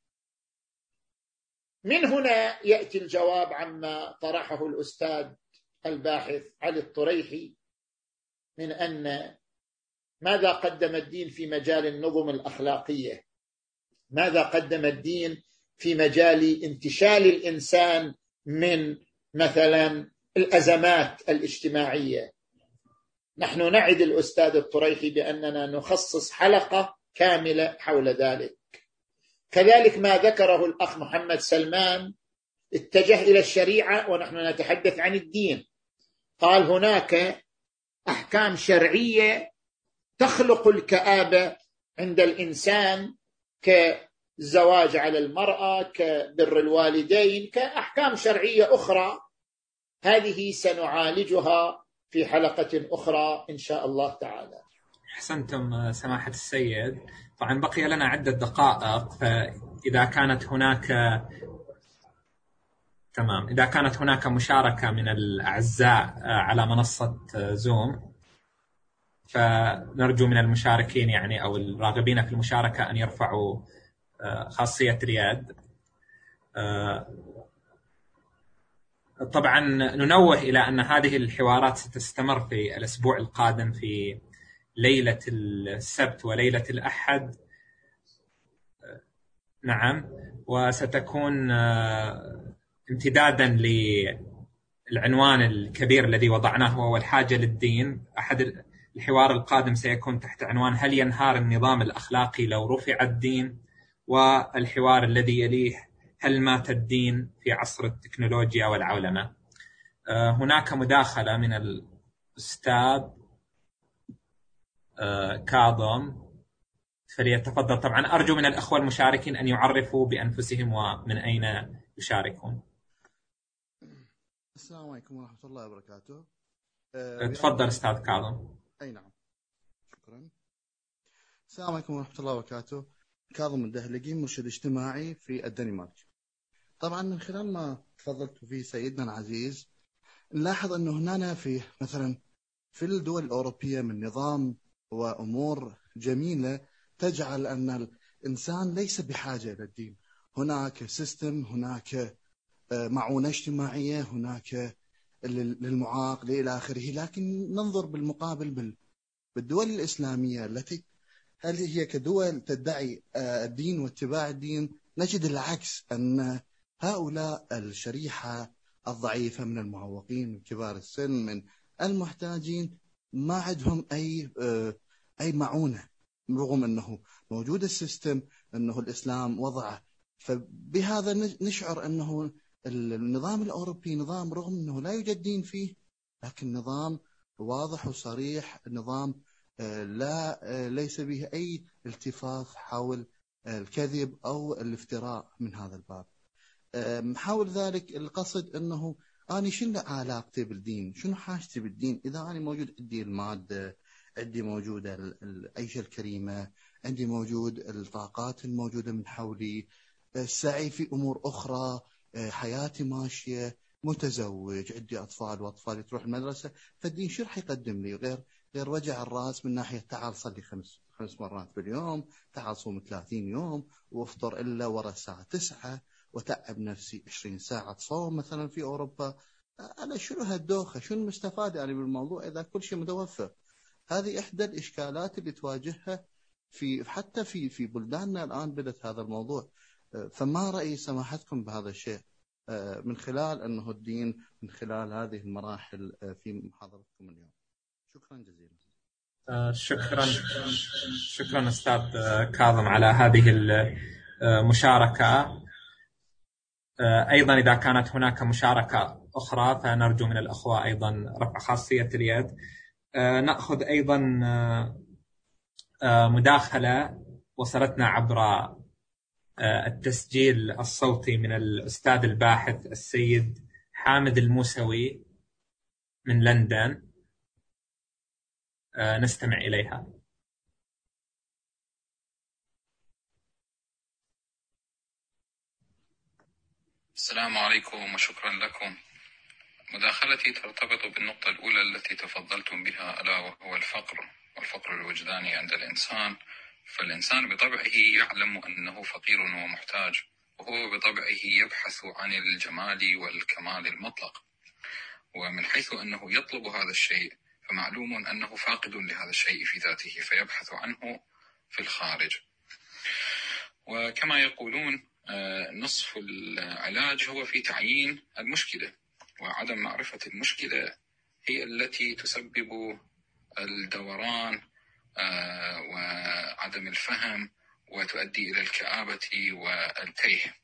من هنا يأتي الجواب عما طرحه الأستاذ الباحث علي الطريحي من أن ماذا قدم الدين في مجال النظم الأخلاقية، ماذا قدم الدين في مجال انتشال الإنسان من مثلا الأزمات الاجتماعية. نحن نعد الأستاذ الطريحي بأننا نخصص حلقة كاملة حول ذلك. كذلك ما ذكره الأخ محمد سلمان اتجه إلى الشريعة ونحن نتحدث عن الدين. قال هناك أحكام شرعية تخلق الكآبة عند الإنسان كالزواج على المرأة، كبر الوالدين، كأحكام شرعية أخرى، هذه سنعالجها في حلقة أخرى إن شاء الله تعالى. أحسنتم سماحة السيد. طبعا بقي لنا عدة دقائق، فإذا كانت هناك تمام إذا كانت هناك مشاركة من الأعزاء على منصة زوم فنرجو من المشاركين يعني أو الراغبين في المشاركة أن يرفعوا خاصية رياد. طبعا ننوه إلى أن هذه الحوارات ستستمر في الأسبوع القادم في ليلة السبت وليلة الأحد. نعم، وستكون امتدادا للعنوان الكبير الذي وضعناه وهو الحاجة للدين. أحد الحوار القادم سيكون تحت عنوان هل ينهار النظام الأخلاقي لو رفع الدين، والحوار الذي يليه هل مات الدين في عصر التكنولوجيا والعولمة. هناك مداخلة من الأستاذ كاظم فليتفضل. طبعا أرجو من الأخوة المشاركين أن يعرفوا بأنفسهم ومن أين يشاركون. السلام عليكم ورحمة الله وبركاته. تفضل أستاذ كاظم. أي نعم، شكرا. السلام عليكم ورحمة الله وبركاته. كاظم الدهلقي، مرشد اجتماعي في الدنمارك. طبعا من خلال ما تفضلت فيه سيدنا العزيز نلاحظ أنه هنا في مثلا في الدول الأوروبية من نظام وأمور جميلة تجعل أن الإنسان ليس بحاجة إلى الدين. هناك سيستم، هناك معونة اجتماعية، هناك للمعاق إلى آخره. لكن ننظر بالمقابل بالدول الإسلامية التي هل هي كدول تدعي الدين واتباع الدين، نجد العكس، أن هؤلاء الشريحة الضعيفة من المعوقين، من كبار السن، من المحتاجين، ما عندهم أي أي معونة، رغم أنه موجود السيستم، أنه الإسلام وضعه. فبهذا نشعر أنه النظام الأوروبي نظام رغم أنه لا يوجد دين فيه، لكن نظام واضح وصريح، نظام لا ليس به أي التفاف حول الكذب أو الافتراء من هذا الباب. محاول ذلك القصد أنه أنا شنو علاقتي بالدين، شنو حاجتي بالدين، إذا أنا موجود عندي المادة، عندي موجودة العيشة الكريمة، عندي موجود الطاقات الموجودة من حولي، السعي في أمور أخرى، حياتي ماشية، متزوج، عندي أطفال وأطفالي تروح المدرسة، فالدين شو رح يقدم لي غير غير وجع الرأس من ناحية تعال صلي خمس خمس مرات باليوم، تعال صوم ثلاثين يوم، وافطر إلا ورا الساعة تسعة، وتعب نفسي عشرين ساعة صوم مثلا في أوروبا. أنا شنو هالدوخة؟ شنو المستفاد يعني بالموضوع إذا كل شيء متوفر؟ هذه إحدى الإشكالات اللي تواجهها في حتى في في بلداننا الآن بدأت هذا الموضوع. فما رأي سماحتكم بهذا الشيء من خلال أنه الدين من خلال هذه المراحل في محاضرتكم اليوم؟ شكرا جزيلا. شكرا شكرا أستاذ كاظم على هذه المشاركة. أيضا إذا كانت هناك مشاركة أخرى فنرجو من الأخوة أيضا رفع خاصية اليد. نأخذ أيضا مداخلة وصلتنا عبر التسجيل الصوتي من الأستاذ الباحث السيد حامد الموسوي من لندن. نستمع إليها. السلام عليكم وشكرا لكم. مداخلتي ترتبط بالنقطة الأولى التي تفضلتم بها، ألا وهو الفقر والفقر الوجداني عند الإنسان. فالإنسان بطبعه يعلم أنه فقير ومحتاج، وهو بطبعه يبحث عن الجمال والكمال المطلق، ومن حيث أنه يطلب هذا الشيء فمعلوم أنه فاقد لهذا الشيء في ذاته فيبحث عنه في الخارج. وكما يقولون نصف العلاج هو في تعيين المشكلة، وعدم معرفة المشكلة هي التي تسبب الدوران وعدم الفهم وتؤدي إلى الكآبة والتيه.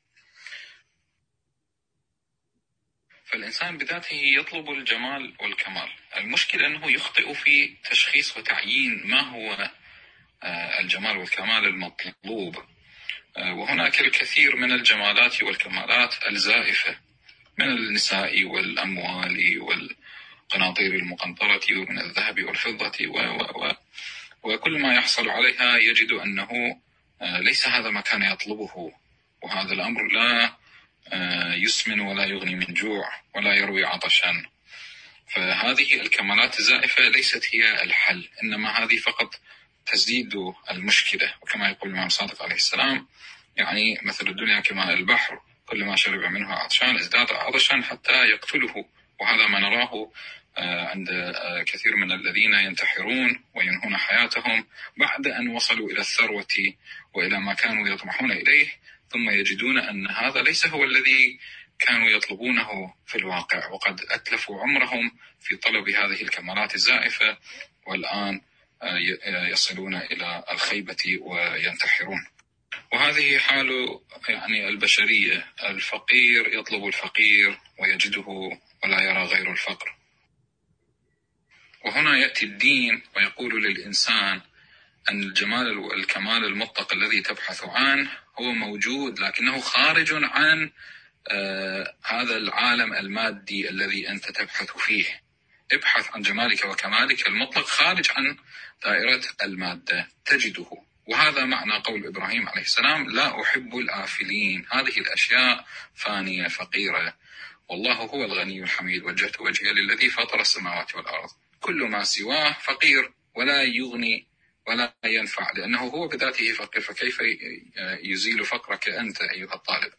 فالإنسان بذاته يطلب الجمال والكمال، المشكلة أنه يخطئ في تشخيص وتعيين ما هو الجمال والكمال المطلوب. وهناك الكثير من الجمالات والكمالات الزائفة من النساء والأموال والقناطير المقنطرة ومن الذهب والفضة و و وكل ما يحصل عليها يجد أنه ليس هذا ما كان يطلبه، وهذا الأمر لا يسمن ولا يغني من جوع ولا يروي عطشا. فهذه الكمالات الزائفة ليست هي الحل، إنما هذه فقط تزيد المشكلة. وكما يقول الإمام صادق عليه السلام، يعني مثل الدنيا كماء البحر، كل ما شرب منه عطشان ازداد عطشا حتى يقتله. وهذا ما نراه عند كثير من الذين ينتحرون وينهون حياتهم بعد أن وصلوا إلى الثروة وإلى ما كانوا يطمحون إليه، ثم يجدون أن هذا ليس هو الذي كانوا يطلبونه في الواقع، وقد أتلفوا عمرهم في طلب هذه الكمالات الزائفة، والآن يصلون إلى الخيبة وينتحرون. وهذه حال يعني البشرية، الفقير يطلب الفقير ويجده ولا يرى غير الفقر. وهنا يأتي الدين ويقول للإنسان أن الجمال والكمال المطلق الذي تبحث عنه هو موجود، لكنه خارج عن آه هذا العالم المادي الذي أنت تبحث فيه. ابحث عن جمالك وكمالك المطلق خارج عن دائرة المادة تجده. وهذا معنى قول إبراهيم عليه السلام: لا أحب الآفلين. هذه الأشياء فانية فقيرة، والله هو الغني الحميد، وجهت وجهي للذي فطر السماوات والأرض. كل ما سواه فقير ولا يغني ولا ينفع، لأنه هو بذاته فقير، فكيف يزيل فقرك أنت أيها الطالب؟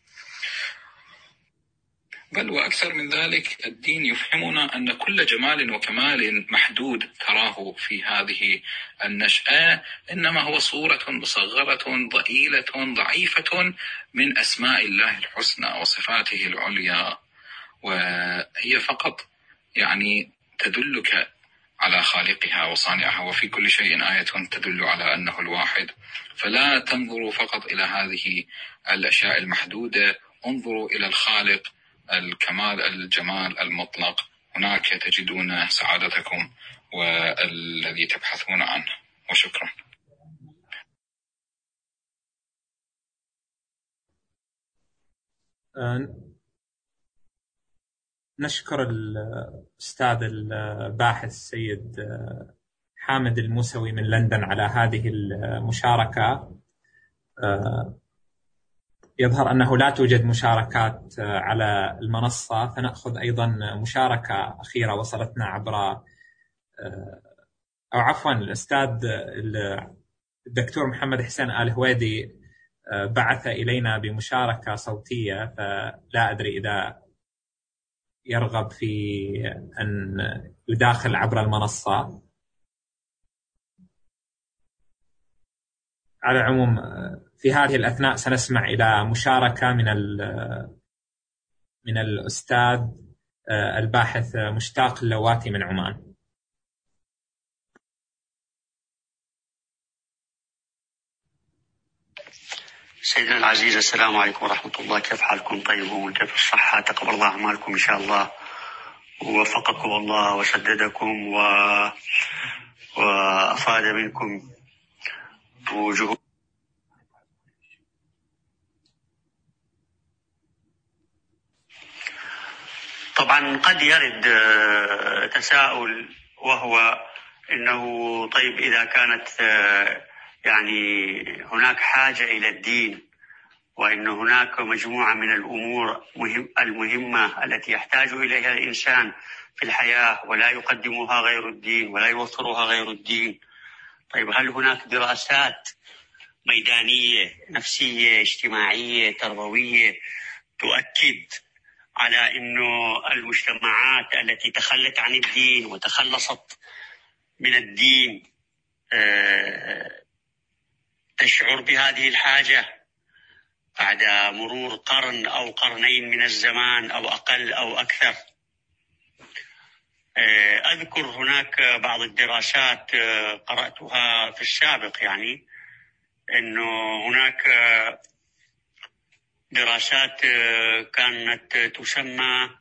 بل وأكثر من ذلك، الدين يفهمنا أن كل جمال وكمال محدود تراه في هذه النشأة إنما هو صورة مصغرة ضئيلة ضعيفة من أسماء الله الحسنى وصفاته العليا، وهي فقط يعني تدلك على خالقها وصانعها، وفي كل شيء آية تدل على أنه الواحد. فلا تنظروا فقط إلى هذه الأشياء المحدودة، انظروا إلى الخالق الكمال الجمال المطلق. هناك تجدون سعادتكم والذي تبحثون عنه. وشكرا. نشكر الأستاذ الباحث السيد حامد الموسوي من لندن على هذه المشاركة. يظهر أنه لا توجد مشاركات على المنصة، فنأخذ أيضا مشاركة أخيرة وصلتنا عبر أو عفوا الأستاذ الدكتور محمد حسين آل هويدي بعث إلينا بمشاركة صوتية، فلا أدري إذا يرغب في أن يداخل عبر المنصة. على العموم في هذه الأثناء سنسمع إلى مشاركة من من الأستاذ الباحث مشتاق اللواتي من عمان. سيدنا العزيز، السلام عليكم ورحمة الله. كيف حالكم؟ طيبون؟ كيف الصحة؟ تقبل الله أعمالكم إن شاء الله، ووفقكم الله وسددكم و... وأفاد منكم وجهود. طبعا قد يرد تساؤل، وهو إنه طيب إذا كانت يعني هناك حاجة إلى الدين، وإن هناك مجموعة من الأمور المهمة التي يحتاج إليها الإنسان في الحياة ولا يقدمها غير الدين ولا يوفرها غير الدين، طيب هل هناك دراسات ميدانية نفسية اجتماعية تربوية تؤكد على إنه المجتمعات التي تخلت عن الدين وتخلصت من الدين تشعر بهذه الحاجة بعد مرور قرن أو قرنين من الزمان أو أقل أو أكثر؟ أذكر هناك بعض الدراسات قرأتها في السابق، يعني أنه هناك دراسات كانت تسمى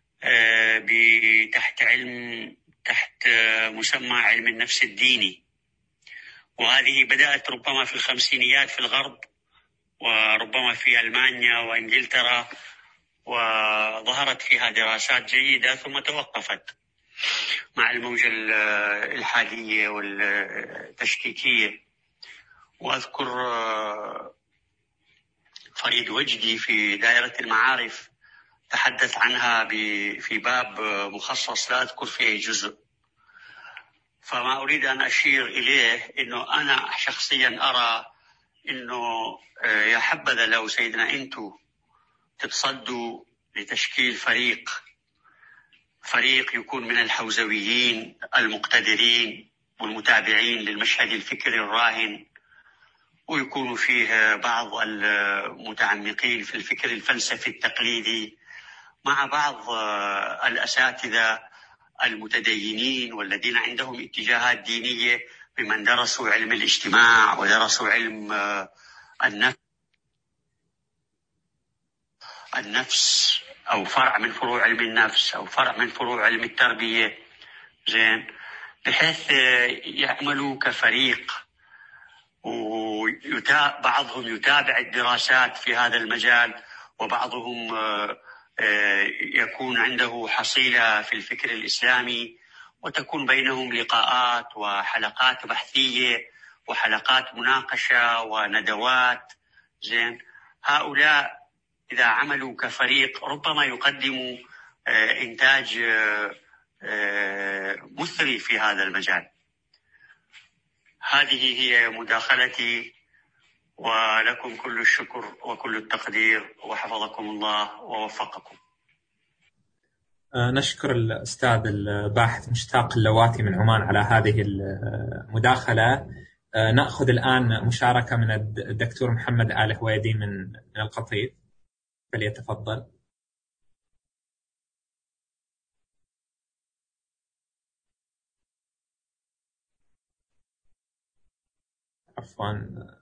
تحت علم تحت مسمى علم النفس الديني، وهذه بدأت ربما في الخمسينيات في الغرب، وربما في ألمانيا وإنجلترا، وظهرت فيها دراسات جيدة ثم توقفت مع الموجة الإلحادية والتشكيكية. وأذكر فريد وجدي في دائرة المعارف تحدث عنها في باب مخصص لا أذكر فيه جزء. فما أريد أن أشير إليه إنه أنا شخصيا أرى إنه يا حبذا لو سيدنا أنتو تتصدوا لتشكيل فريق فريق يكون من الحوزويين المقتدرين والمتابعين للمشهد الفكري الراهن، ويكونوا فيه بعض المتعمقين في الفكر الفلسفي التقليدي مع بعض الأساتذة المتدينين والذين عندهم اتجاهات دينية، بمن درسوا علم الاجتماع ودرسوا علم النفس النفس أو فرع من فروع علم النفس أو فرع من فروع علم التربية، زين، بحيث يعملوا كفريق، وبعضهم يتابع الدراسات في هذا المجال، وبعضهم يكون عنده حصيلة في الفكر الإسلامي، وتكون بينهم لقاءات وحلقات بحثية وحلقات مناقشة وندوات، زين. هؤلاء إذا عملوا كفريق ربما يقدموا إنتاج مثري في هذا المجال. هذه هي مداخلتي، ولكم كل الشكر وكل التقدير، وحفظكم الله ووفقكم. نشكر الأستاذ الباحث مشتاق اللواتي من عمان على هذه المداخلة. نأخذ الآن مشاركة من الدكتور محمد آل هويدي من القطيف، فليتفضل. عفوا،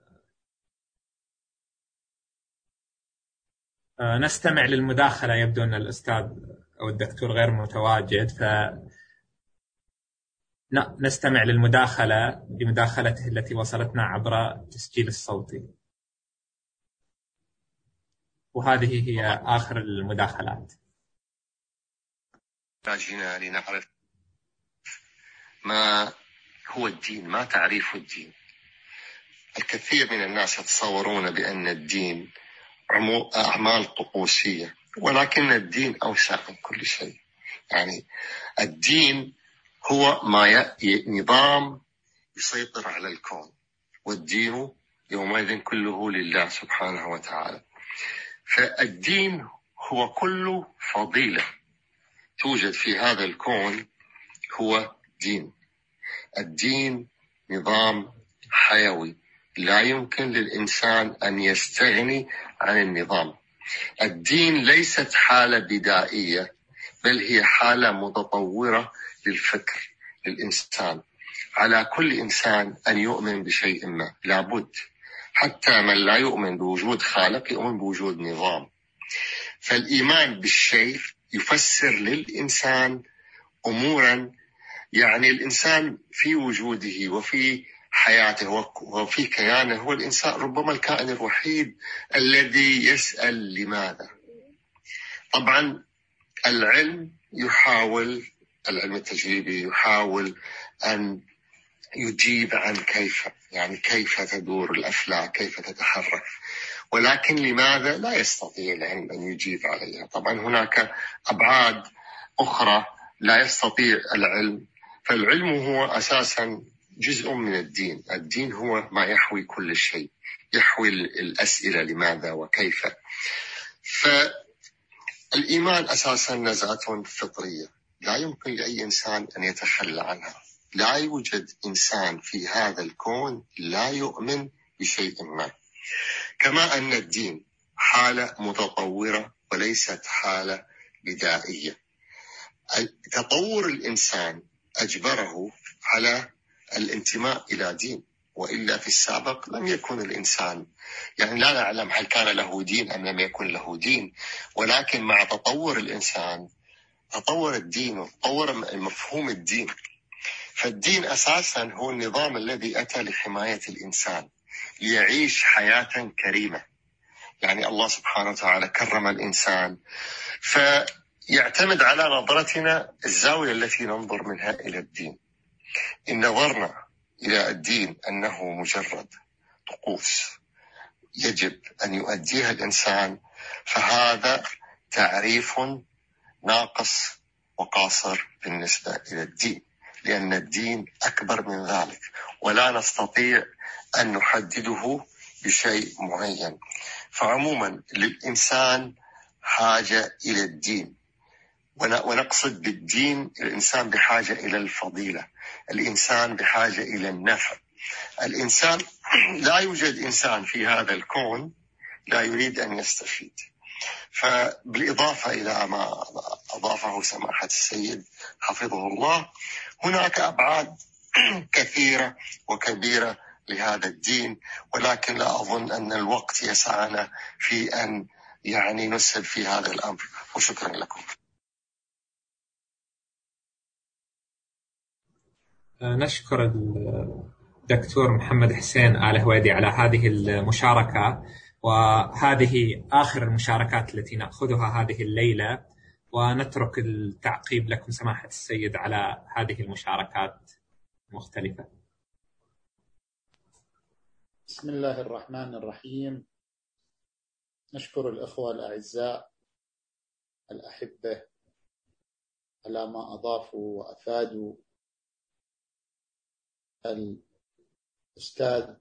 نستمع للمداخلة. يبدو أن الأستاذ أو الدكتور غير متواجد، ف نستمع للمداخلة لمداخلته التي وصلتنا عبر التسجيل الصوتي، وهذه هي آخر المداخلات. نحتاجنا لنعرف ما هو الدين، ما تعريف الدين. الكثير من الناس يتصورون بأن الدين أعمال طقوسية، ولكن الدين أوسع من كل شيء. يعني الدين هو ما ي... نظام يسيطر على الكون، والدين يومئذ كله لله سبحانه وتعالى. فالدين هو كل فضيلة توجد في هذا الكون هو دين. الدين نظام حيوي لا يمكن للإنسان أن يستغني عن النظام. الدين ليست حالة بدائية، بل هي حالة متطورة للفكر للإنسان. على كل إنسان أن يؤمن بشيء ما، لابد، حتى من لا يؤمن بوجود خالق يؤمن بوجود نظام. فالإيمان بالشيء يفسر للإنسان أمورا، يعني الإنسان في وجوده وفي حياته وفي كيانه هو الإنسان ربما الكائن الوحيد الذي يسأل لماذا. طبعا العلم يحاول، العلم التجريبي يحاول أن يجيب عن كيف، يعني كيف تدور الأفلاك، كيف تتحرك، ولكن لماذا لا يستطيع العلم أن يجيب عليها. طبعا هناك أبعاد أخرى لا يستطيع العلم. فالعلم هو أساسا جزء من الدين. الدين هو ما يحوي كل شيء، يحوي الأسئلة لماذا وكيف. فالإيمان أساسا نزعة فطرية لا يمكن لأي إنسان أن يتخلى عنها. لا يوجد إنسان في هذا الكون لا يؤمن بشيء ما. كما أن الدين حالة متطورة وليست حالة بدائية. تطور الإنسان أجبره على الانتماء إلى دين، وإلا في السابق لم يكن الإنسان، يعني لا نعلم هل كان له دين أم لم يكن له دين، ولكن مع تطور الإنسان تطور الدين وتطور مفهوم الدين. فالدين أساسا هو النظام الذي أتى لحماية الإنسان ليعيش حياة كريمة. يعني الله سبحانه وتعالى كرم الإنسان، فيعتمد على نظرتنا الزاوية التي ننظر منها إلى الدين. إن نظرنا إلى الدين أنه مجرد طقوس يجب أن يؤديها الإنسان، فهذا تعريف ناقص وقاصر بالنسبة إلى الدين، لأن الدين أكبر من ذلك ولا نستطيع أن نحدده بشيء معين. فعموما للإنسان حاجة إلى الدين، ونقصد بالدين الإنسان بحاجة إلى الفضيلة، الإنسان بحاجة إلى النفع. الإنسان لا يوجد إنسان في هذا الكون لا يريد أن يستفيد. فبالإضافة إلى ما أضافه سماحة السيد حفظه الله، هناك أبعاد كثيرة وكبيرة لهذا الدين، ولكن لا أظن أن الوقت يسعنا في أن يعني نسهب في هذا الأمر. وشكرا لكم. نشكر الدكتور محمد حسين آل هويدي على هذه المشاركة، وهذه آخر المشاركات التي نأخذها هذه الليلة، ونترك التعقيب لكم سماحة السيد على هذه المشاركات المختلفة. بسم الله الرحمن الرحيم. نشكر الأخوة الأعزاء الأحبة على ما أضافوا وأفادوا. الأستاذ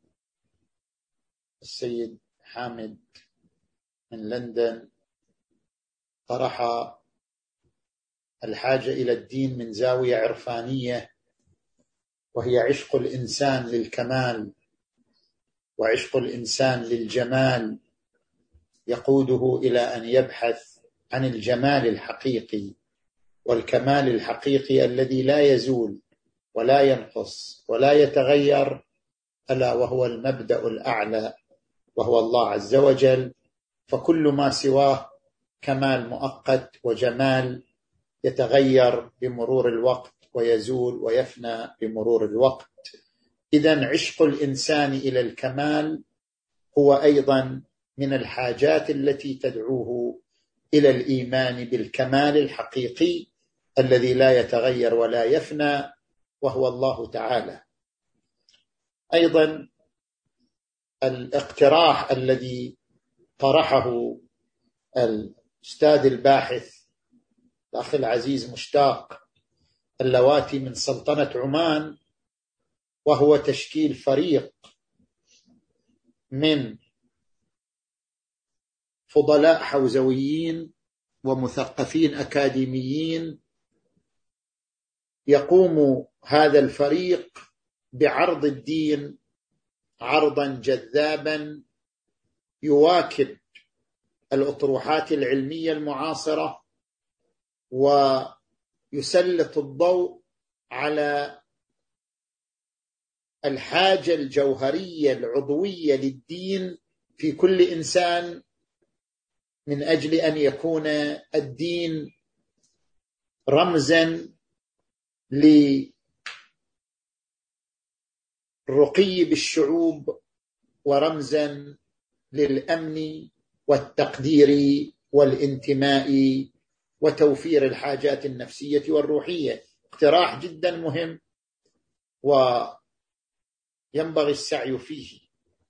السيد حامد من لندن طرح الحاجة إلى الدين من زاوية عرفانية، وهي عشق الإنسان للكمال وعشق الإنسان للجمال، يقوده إلى أن يبحث عن الجمال الحقيقي والكمال الحقيقي الذي لا يزول ولا ينقص ولا يتغير، ألا وهو المبدأ الأعلى وهو الله عز وجل. فكل ما سواه كمال مؤقت وجمال يتغير بمرور الوقت ويزول ويفنى بمرور الوقت. إذن عشق الإنسان إلى الكمال هو أيضا من الحاجات التي تدعوه إلى الإيمان بالكمال الحقيقي الذي لا يتغير ولا يفنى، وهو الله تعالى. أيضا الاقتراح الذي طرحه الأستاذ الباحث الأخ العزيز مشتاق اللواتي من سلطنة عمان، وهو تشكيل فريق من فضلاء حوزويين ومثقفين أكاديميين يقوم هذا الفريق بعرض الدين عرضا جذابا يواكب الأطروحات العلمية المعاصرة ويسلط الضوء على الحاجة الجوهرية العضوية للدين في كل إنسان، من أجل أن يكون الدين رمزا للرقي بالشعوب ورمزا للأمن والتقدير والانتماء وتوفير الحاجات النفسية والروحية. اقتراح جدا مهم وينبغي السعي فيه.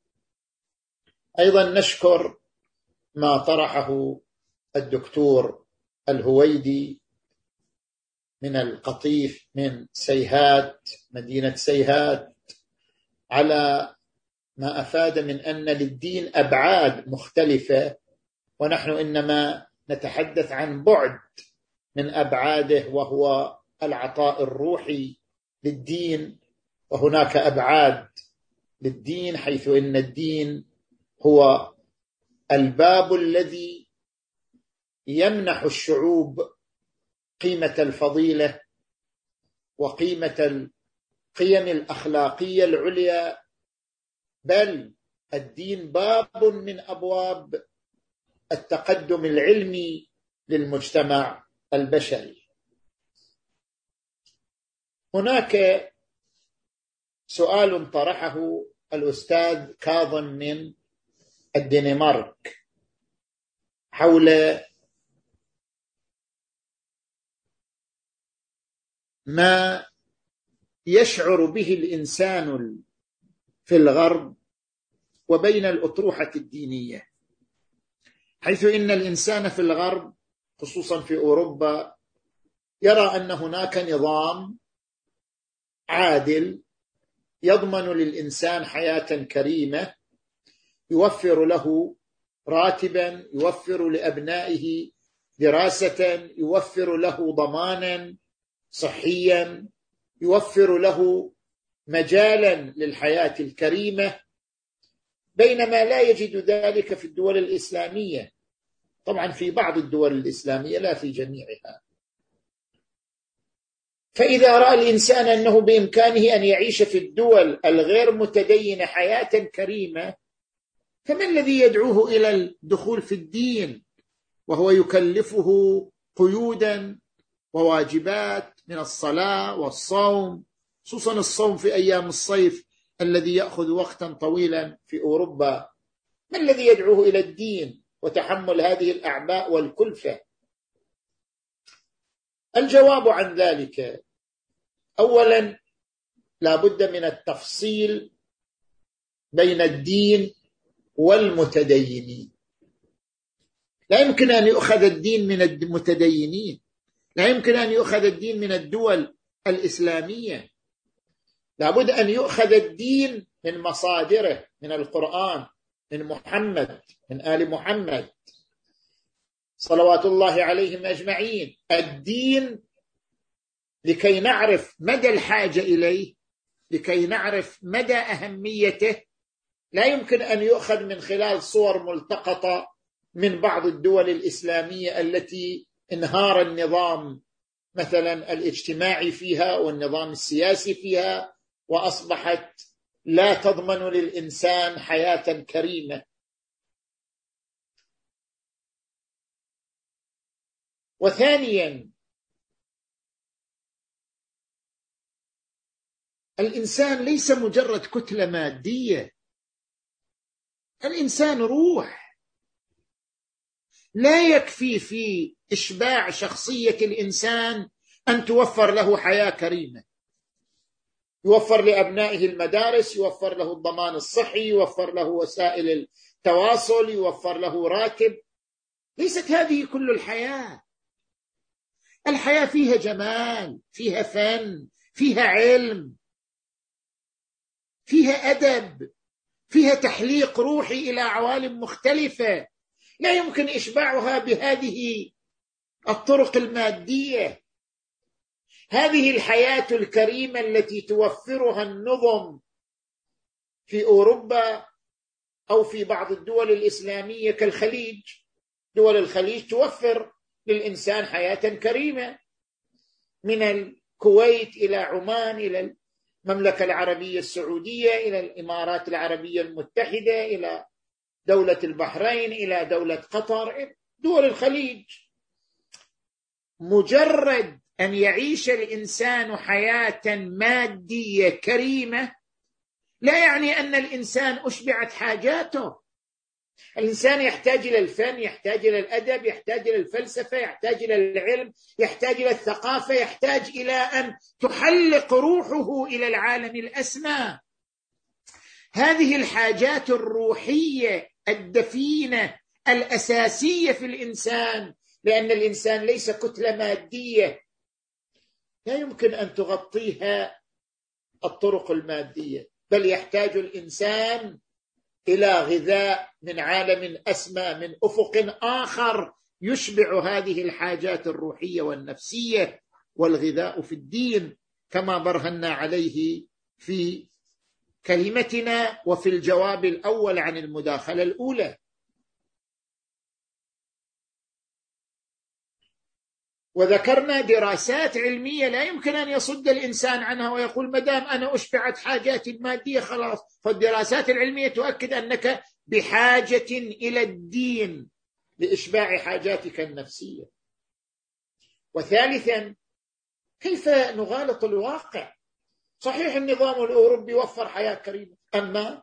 أيضا نشكر ما طرحه الدكتور الهويدي من القطيف من سيهات، مدينة سيهات، على ما أفاد من أن للدين أبعاد مختلفة، ونحن إنما نتحدث عن بعد من أبعاده وهو العطاء الروحي للدين. وهناك أبعاد للدين حيث إن الدين هو الباب الذي يمنح الشعوب قيمة الفضيلة وقيمة القيم الأخلاقية العليا، بل الدين باب من أبواب التقدم العلمي للمجتمع البشري. هناك سؤال طرحه الأستاذ كاظم من الدنمارك حول ما يشعر به الإنسان في الغرب وبين الأطروحة الدينية، حيث إن الإنسان في الغرب خصوصا في أوروبا يرى أن هناك نظام عادل يضمن للإنسان حياة كريمة، يوفر له راتبا، يوفر لأبنائه دراسة، يوفر له ضمانا صحيا، يوفر له مجالا للحياة الكريمة، بينما لا يجد ذلك في الدول الإسلامية. طبعا في بعض الدول الإسلامية، لا في جميعها. فإذا رأى الإنسان أنه بإمكانه أن يعيش في الدول الغير متدينة حياة كريمة، فما الذي يدعوه إلى الدخول في الدين وهو يكلفه قيودا وواجبات من الصلاة والصوم، خصوصا الصوم في أيام الصيف الذي يأخذ وقتا طويلا في أوروبا؟ ما الذي يدعوه إلى الدين وتحمل هذه الأعباء والكلفة؟ الجواب عن ذلك: أولا، لا بد من التفصيل بين الدين والمتدينين. لا يمكن أن يؤخذ الدين من المتدينين، لا يمكن أن يؤخذ الدين من الدول الإسلامية. لا بد أن يؤخذ الدين من مصادره، من القرآن، من محمد، من آل محمد صلوات الله عليهم أجمعين. الدين لكي نعرف مدى الحاجة إليه، لكي نعرف مدى أهميته، لا يمكن أن يؤخذ من خلال صور ملتقطة من بعض الدول الإسلامية التي انهار النظام مثلا الاجتماعي فيها والنظام السياسي فيها، وأصبحت لا تضمن للإنسان حياة كريمة. وثانيا، الإنسان ليس مجرد كتلة مادية، الإنسان روح. لا يكفي في إشباع شخصية الإنسان أن توفر له حياة كريمة، يوفر لأبنائه المدارس، يوفر له الضمان الصحي، يوفر له وسائل التواصل، يوفر له راتب. ليست هذه كل الحياة. الحياة فيها جمال، فيها فن، فيها علم، فيها أدب، فيها تحليق روحي إلى عوالم مختلفة لا يمكن إشباعها بهذه الطرق المادية. هذه الحياة الكريمة التي توفرها النظم في أوروبا أو في بعض الدول الإسلامية كالخليج، دول الخليج توفر للإنسان حياة كريمة، من الكويت إلى عمان إلى المملكة العربية السعودية إلى الإمارات العربية المتحدة إلى دولة البحرين إلى دولة قطر، دول الخليج. مجرد أن يعيش الإنسان حياة مادية كريمة لا يعني أن الإنسان أشبعت حاجاته. الإنسان يحتاج إلى الفن، يحتاج إلى الأدب، يحتاج إلى الفلسفة، يحتاج إلى العلم، يحتاج إلى الثقافة، يحتاج إلى أن تحلق روحه إلى العالم الأسمى. هذه الحاجات الروحية الدفينة الأساسية في الإنسان، لأن الإنسان ليس كتلة مادية لا يمكن أن تغطيها الطرق المادية، بل يحتاج الإنسان إلى غذاء من عالم أسمى، من أفق آخر يشبع هذه الحاجات الروحية والنفسية، والغذاء في الدين كما برهنا عليه في كلمتنا وفي الجواب الأول عن المداخلة الأولى. وذكرنا دراسات علمية لا يمكن أن يصد الإنسان عنها ويقول مدام أنا أشبعت حاجاتي المادية خلاص. فالدراسات العلمية تؤكد أنك بحاجة إلى الدين لإشباع حاجاتك النفسية. وثالثا، كيف نغالط الواقع؟ صحيح النظام الأوروبي وفر حياة كريمة، أما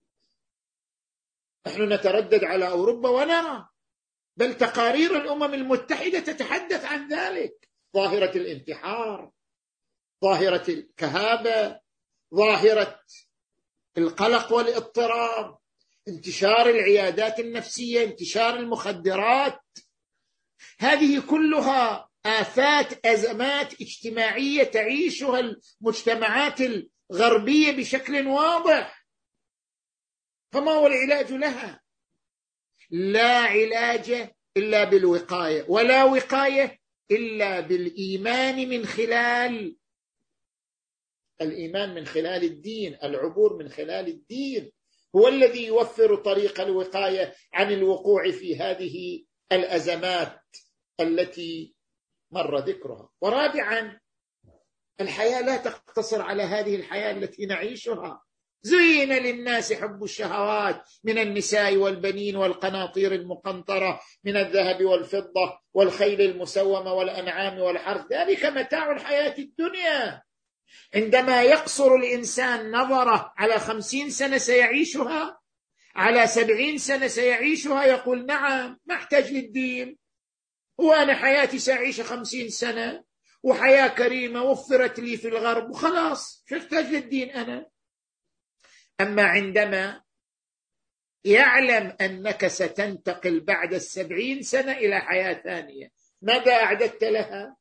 نحن نتردد على أوروبا ونرى، بل تقارير الأمم المتحدة تتحدث عن ذلك، ظاهرة الانتحار، ظاهرة الكآبة، ظاهرة القلق والاضطراب، انتشار العيادات النفسية، انتشار المخدرات. هذه كلها آفات، أزمات اجتماعية تعيشها المجتمعات الغربية بشكل واضح. فما هو العلاج لها؟ لا علاج إلا بالوقاية، ولا وقاية إلا بالإيمان من خلال الإيمان من خلال الدين. العبور من خلال الدين هو الذي يوفر طريق الوقاية عن الوقوع في هذه الأزمات التي مر ذكرها. ورابعا، الحياة لا تقتصر على هذه الحياة التي نعيشها. زين للناس حب الشهوات من النساء والبنين والقناطير المقنطرة من الذهب والفضة والخيل المسومة والأنعام والحرث، ذلك متاع الحياة الدنيا. عندما يقصر الإنسان نظره على خمسين سنة سيعيشها، على سبعين سنة سيعيشها، يقول نعم ما احتاج للدين، وأنا حياتي سأعيش خمسين سنة وحياة كريمة وفرت لي في الغرب وخلاص، شو احتاج للدين أنا؟ أما عندما يعلم أنك ستنتقل بعد السبعين سنة إلى حياة ثانية، ماذا أعددت لها؟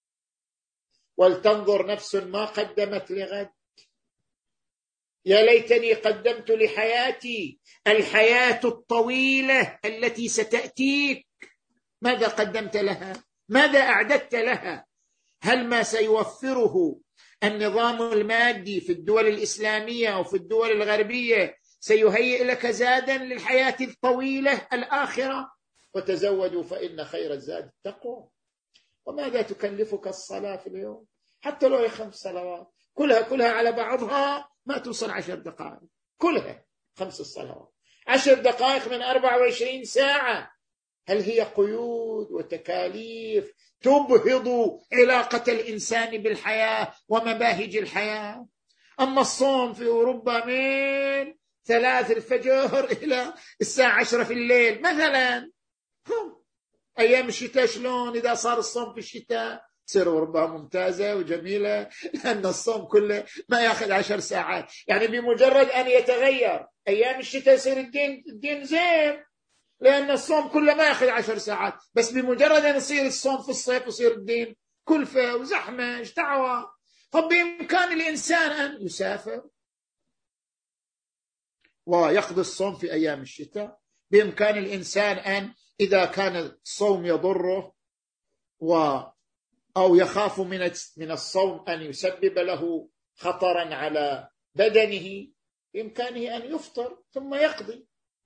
ولتنظر نفس ما قدمت لغد. يا ليتني قدمت لحياتي الحياة الطويلة التي ستأتيك. ماذا قدمت لها؟ ماذا أعددت لها؟ هل ما سيوفره النظام المادي في الدول الإسلامية أو في الدول الغربية سيهيئ لك زادا للحياة الطويلة الآخرة؟ وتزودوا فإن خير الزاد التقوى. وماذا تكلفك الصلاة في اليوم؟ حتى لو هي خمس صلوات كلها كلها على بعضها ما توصل عشر دقائق، كلها خمس الصلوات عشر دقائق من أربعة وعشرين ساعة. هل هي قيود وتكاليف تبهض علاقة الإنسان بالحياة ومباهج الحياة؟ أما الصوم في أوروبا من ثلاث الفجر إلى الساعة عشرة في الليل مثلا. أيام الشتاء شلون؟ إذا صار الصوم في الشتاء تصير أوروبا ممتازة وجميلة، لأن الصوم كله ما يأخذ عشر ساعات. يعني بمجرد أن يتغير أيام الشتاء يصير الدين الدين زين، لأن الصوم كله ما يأخذ عشر ساعات. بس بمجرد أن يصير الصوم في الصيف يصير الدين كلفة وزحمة دعوة. طب بإمكان الإنسان أن يسافر ويقضي الصوم في أيام الشتاء. بإمكان الإنسان أن إذا كان الصوم يضره و أو يخاف من من الصوم أن يسبب له خطرا على بدنه، بإمكانه أن يفطر ثم يقضي.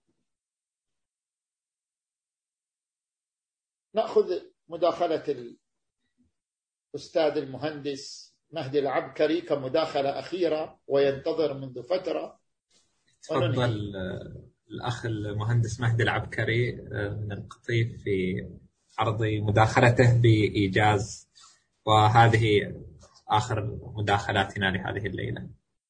نأخذ مداخلة الأستاذ المهندس مهدي العبكري كمداخلة أخيرة وينتظر منذ فترة. تفضل الأخ المهندس مهدي العبكري من القطيف في عرض مداخلته بإيجاز، وهذه آخر مداخلاتنا لهذه الليلة.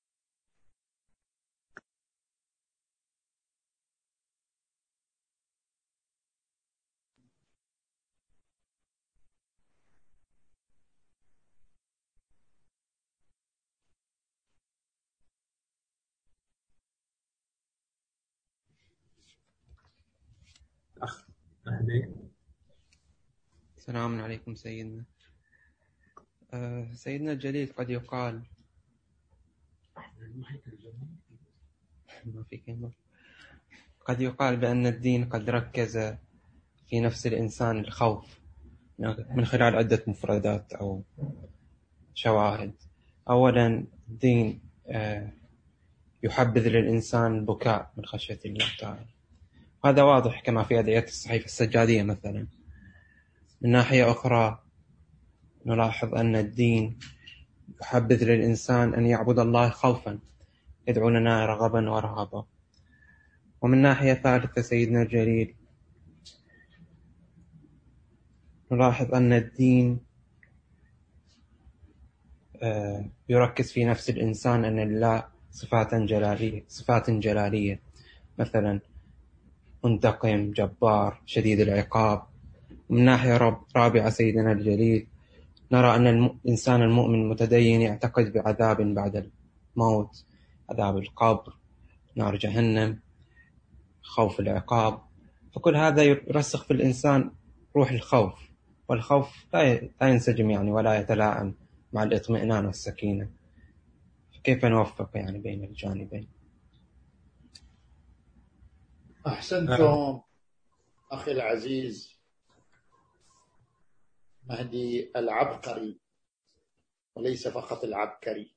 أخ مهدي. السلام عليكم سيدنا. أه سيدنا الجليل، قد يقال ما في كلمة. قد يقال بأن الدين قد ركز في نفس الإنسان الخوف من خلال عدة مفردات أو شواهد. أولا، الدين أه يحبذ للإنسان البكاء من خشية الله تعالى، هذا واضح كما في أدعية الصحيفة السجادية مثلا. من ناحية أخرى نلاحظ أن الدين يحبذ للإنسان أن يعبد الله خوفا، يدعو لنا رغبا ورهبا. ومن ناحية ثالثة سيدنا الجليل نلاحظ أن الدين يركز في نفس الإنسان أن لله صفات جلالية صفات جلالية مثلا منتقم، جبار، شديد العقاب. من ناحية رابعة سيدنا الجليل نرى أن الإنسان المؤمن المتدين يعتقد بعذاب بعد الموت، عذاب القبر، نار جهنم، خوف العقاب. فكل هذا يرسخ في الإنسان روح الخوف، والخوف لا ينسجم يعني ولا يتلائم مع الاطمئنان والسكينة. كيف نوفق يعني بين الجانبين؟ أحسنتم أخي العزيز مهدي العبقري، وليس فقط العبكري.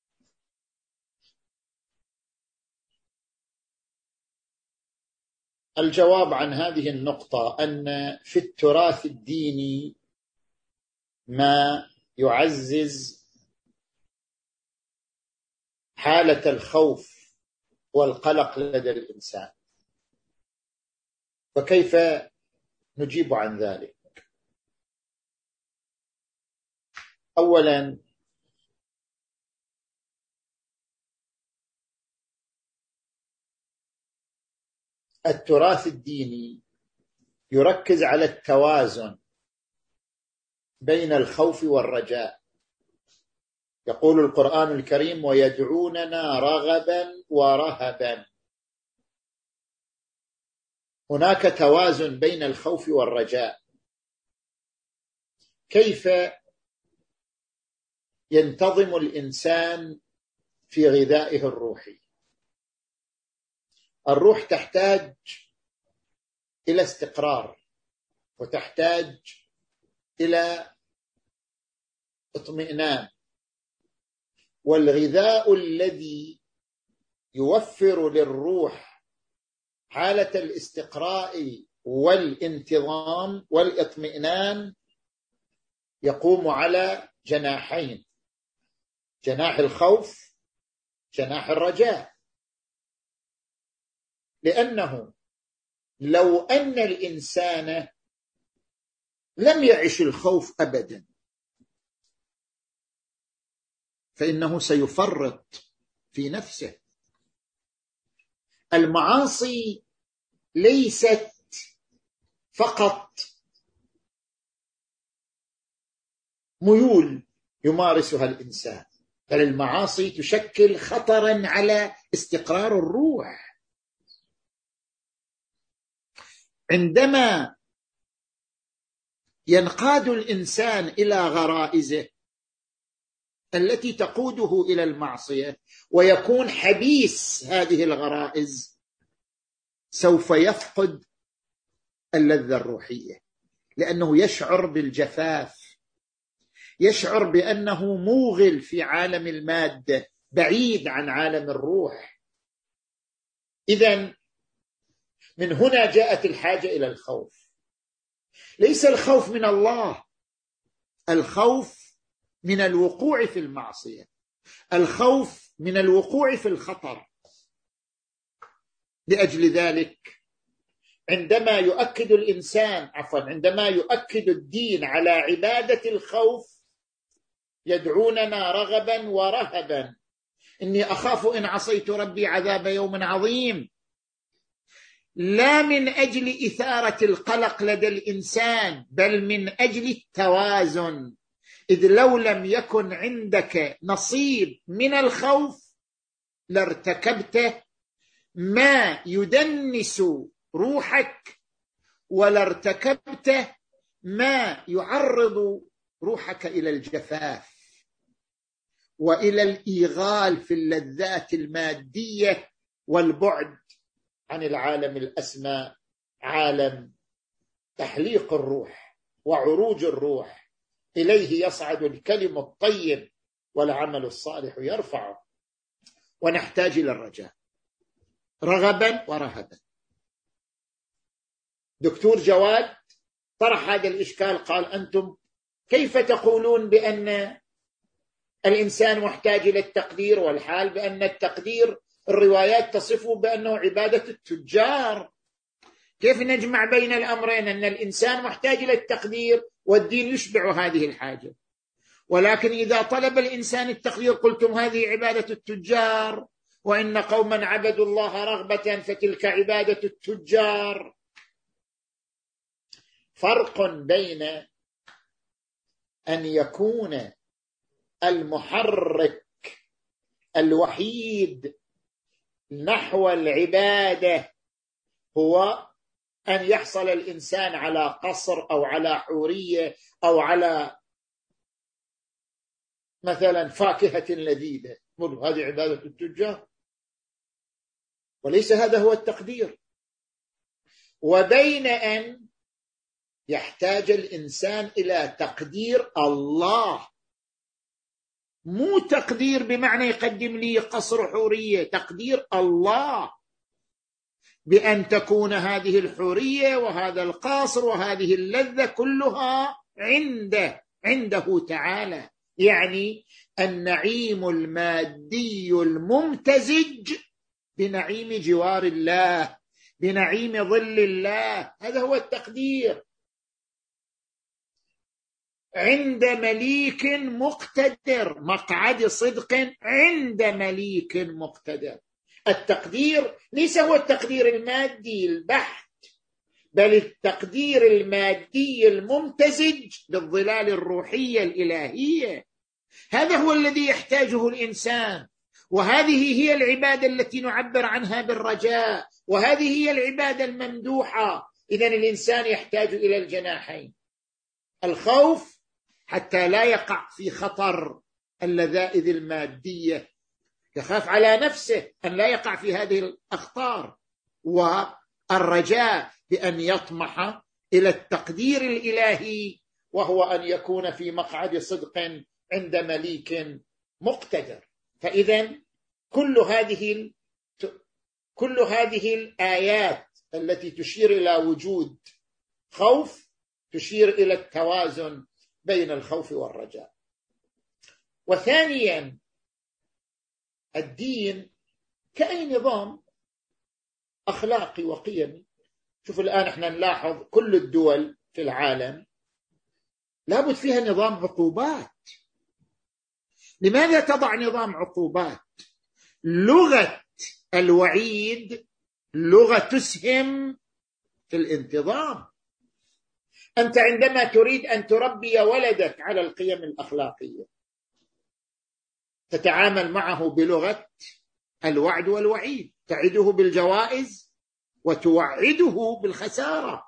الجواب عن هذه النقطة أن في التراث الديني ما يعزز حالة الخوف والقلق لدى الإنسان. فكيف نجيب عن ذلك؟ أولا، التراث الديني يركز على التوازن بين الخوف والرجاء. يقول القرآن الكريم: ويدعوننا رغبا ورهبا. هناك توازن بين الخوف والرجاء. كيف ينتظم الإنسان في غذائه الروحي؟ الروح تحتاج إلى استقرار، وتحتاج إلى اطمئنان، والغذاء الذي يوفر للروح حالة الاستقراء والانتظام والاطمئنان يقوم على جناحين: جناح الخوف، جناح الرجاء. لأنه لو أن الإنسان لم يعش الخوف أبدا فإنه سيفرط في نفسه. المعاصي ليست فقط ميول يمارسها الإنسان، بل المعاصي تشكل خطرا على استقرار الروح. عندما ينقاد الإنسان إلى غرائزه التي تقوده إلى المعصية ويكون حبيس هذه الغرائز، سوف يفقد اللذة الروحية، لأنه يشعر بالجفاف، يشعر بأنه موغل في عالم المادة بعيد عن عالم الروح. إذن من هنا جاءت الحاجة إلى الخوف. ليس الخوف من الله، الخوف من الوقوع في المعصية، الخوف من الوقوع في الخطر. لأجل ذلك عندما يؤكد الإنسان عفوا عندما يؤكد الدين على عبادة الخوف يدعوننا رغبا ورهبا. إني أخاف إن عصيت ربي عذاب يوم عظيم، لا من أجل إثارة القلق لدى الإنسان، بل من أجل التوازن. إذ لو لم يكن عندك نصيب من الخوف لارتكبت ما يدنس روحك، ولا ارتكبت ما يعرض روحك إلى الجفاف وإلى الإيغال في اللذات المادية والبعد عن العالم الأسمى، عالم تحليق الروح وعروج الروح. إليه يصعد الكلم الطيب والعمل الصالح يرفعه. ونحتاج إلى الرجاء رغبا ورهبا. دكتور جواد طرح هذا الإشكال، قال: أنتم كيف تقولون بأن الإنسان محتاج إلى التقدير، والحال بأن التقدير الروايات تصفه بأنه عبادة التجار؟ كيف نجمع بين الأمرين، أن الإنسان محتاج إلى التقدير والدين يشبع هذه الحاجة؟ ولكن إذا طلب الإنسان التقدير قلتم هذه عبادة التجار، وإن قوما عبدوا الله رغبة فتلك عبادة التجار. فرق بين أن يكون المحرك الوحيد نحو العبادة هو أن يحصل الإنسان على قصر أو على حورية أو على مثلا فاكهة لذيذة، هذه عبادة التجار، وليس هذا هو التقدير. وبين أن يحتاج الإنسان إلى تقدير الله، مو تقدير بمعنى يقدم لي قصر حورية، تقدير الله بأن تكون هذه الحورية وهذا القصر وهذه اللذة كلها عنده عنده تعالى. يعني النعيم المادي الممتزج بنعيم جوار الله، بنعيم ظل الله، هذا هو التقدير. عند مليك مقتدر، مقعد صدق عند مليك مقتدر. التقدير ليس هو التقدير المادي البحت، بل التقدير المادي الممتزج بالظلال الروحية الإلهية. هذا هو الذي يحتاجه الإنسان، وهذه هي العبادة التي نعبر عنها بالرجاء، وهذه هي العبادة الممدوحة. إذن الإنسان يحتاج إلى الجناحين: الخوف حتى لا يقع في خطر اللذائذ المادية، يخاف على نفسه أن لا يقع في هذه الأخطار، والرجاء بأن يطمح إلى التقدير الإلهي، وهو أن يكون في مقعد صدق عند مليك مقتدر. فإذا كل هذه كل هذه الآيات التي تشير إلى وجود خوف تشير إلى التوازن بين الخوف والرجاء. وثانيا، الدين كأي نظام أخلاقي وقيمي. شوف الآن احنا نلاحظ كل الدول في العالم لابد فيها نظام عقوبات. لماذا تضع نظام عقوبات؟ لغة الوعيد لغة تسهم في الانتظام. أنت عندما تريد أن تربي ولدك على القيم الأخلاقية تتعامل معه بلغة الوعد والوعيد، تعده بالجوائز وتوعده بالخسارة.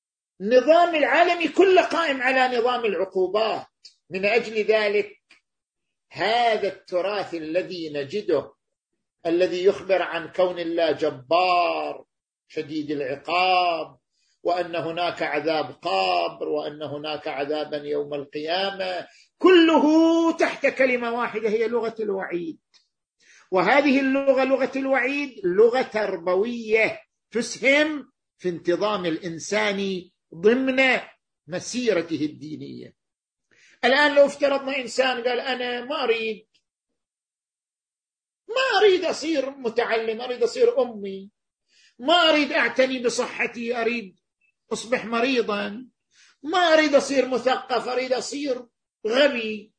النظام العالمي كله قائم على نظام العقوبات. من أجل ذلك هذا التراث الذي نجده، الذي يخبر عن كون الله جبار شديد العقاب، وأن هناك عذاب قبر، وأن هناك عذابا يوم القيامة، كله تحت كلمة واحدة هي لغة الوعيد. وهذه اللغة لغة الوعيد لغة تربوية تسهم في انتظام الإنسان ضمن مسيرته الدينية. الآن لو افترضنا إنسان قال أنا ما أريد ما أريد أصير متعلم، أريد أصير أمي، ما أريد أعتني بصحتي، أريد أصبح مريضا، ما أريد أصير مثقف، أريد أصير غبي،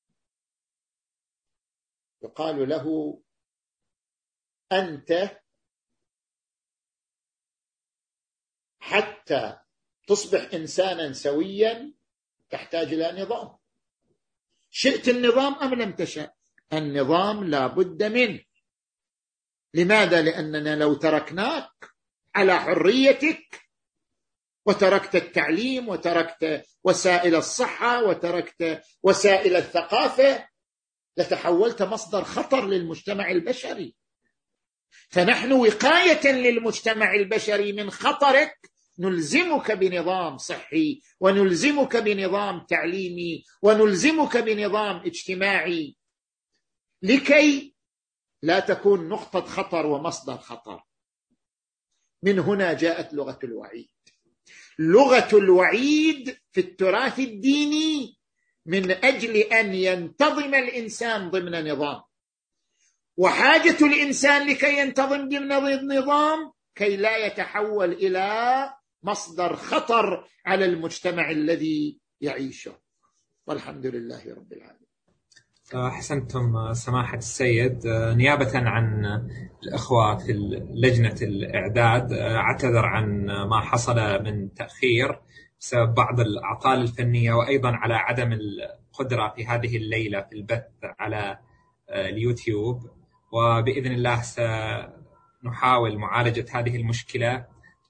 يقال له أنت حتى تصبح إنسانا سويا تحتاج إلى نظام، شئت النظام أم لم تشأ، النظام لا بد منه. لماذا؟ لأننا لو تركناك على حريتك وتركت التعليم وتركت وسائل الصحة وتركت وسائل الثقافة لتحولت مصدر خطر للمجتمع البشري. فنحن وقاية للمجتمع البشري من خطرك نلزمك بنظام صحي، ونلزمك بنظام تعليمي، ونلزمك بنظام اجتماعي، لكي لا تكون نقطة خطر ومصدر خطر. من هنا جاءت لغة الوعيد. لغة الوعيد في التراث الديني من أجل أن ينتظم الإنسان ضمن نظام، وحاجة الإنسان لكي ينتظم ضمن النظام كي لا يتحول إلى مصدر خطر على المجتمع الذي يعيشه. والحمد لله رب العالمين. أحسنتم سماحة السيد. نيابة عن الأخوة في لجنة الإعداد أعتذر عن ما حصل من تأخير بسبب بعض الأعطال الفنية، وأيضا على عدم القدرة في هذه الليلة في البث على اليوتيوب، وبإذن الله سنحاول معالجة هذه المشكلة،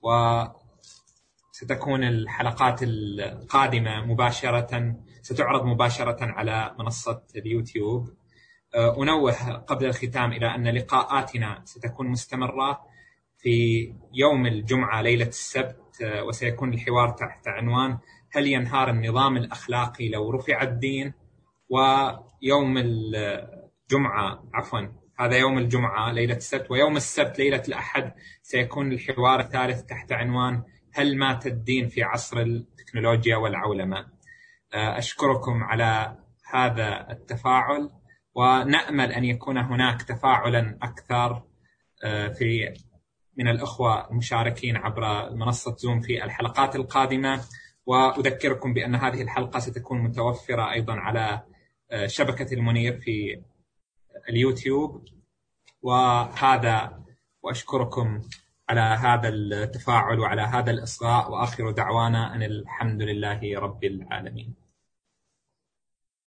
وستكون الحلقات القادمة مباشرة ستعرض مباشرة على منصة اليوتيوب. أنوه قبل الختام إلى أن لقاءاتنا ستكون مستمرة في يوم الجمعة ليلة السبت، وسيكون الحوار تحت عنوان هل ينهار النظام الأخلاقي لو رفع الدين؟ ويوم الجمعة عفوا هذا يوم الجمعة ليلة السبت، ويوم السبت ليلة الأحد سيكون الحوار الثالث تحت عنوان هل مات الدين في عصر التكنولوجيا والعولمة. أشكركم على هذا التفاعل، ونأمل أن يكون هناك تفاعلا أكثر في من الأخوة المشاركين عبر منصة زوم في الحلقات القادمة. وأذكركم بأن هذه الحلقة ستكون متوفرة أيضا على شبكة المنير في اليوتيوب. وهذا وأشكركم على هذا التفاعل وعلى هذا الإصغاء، وآخر دعوانا أن الحمد لله رب العالمين.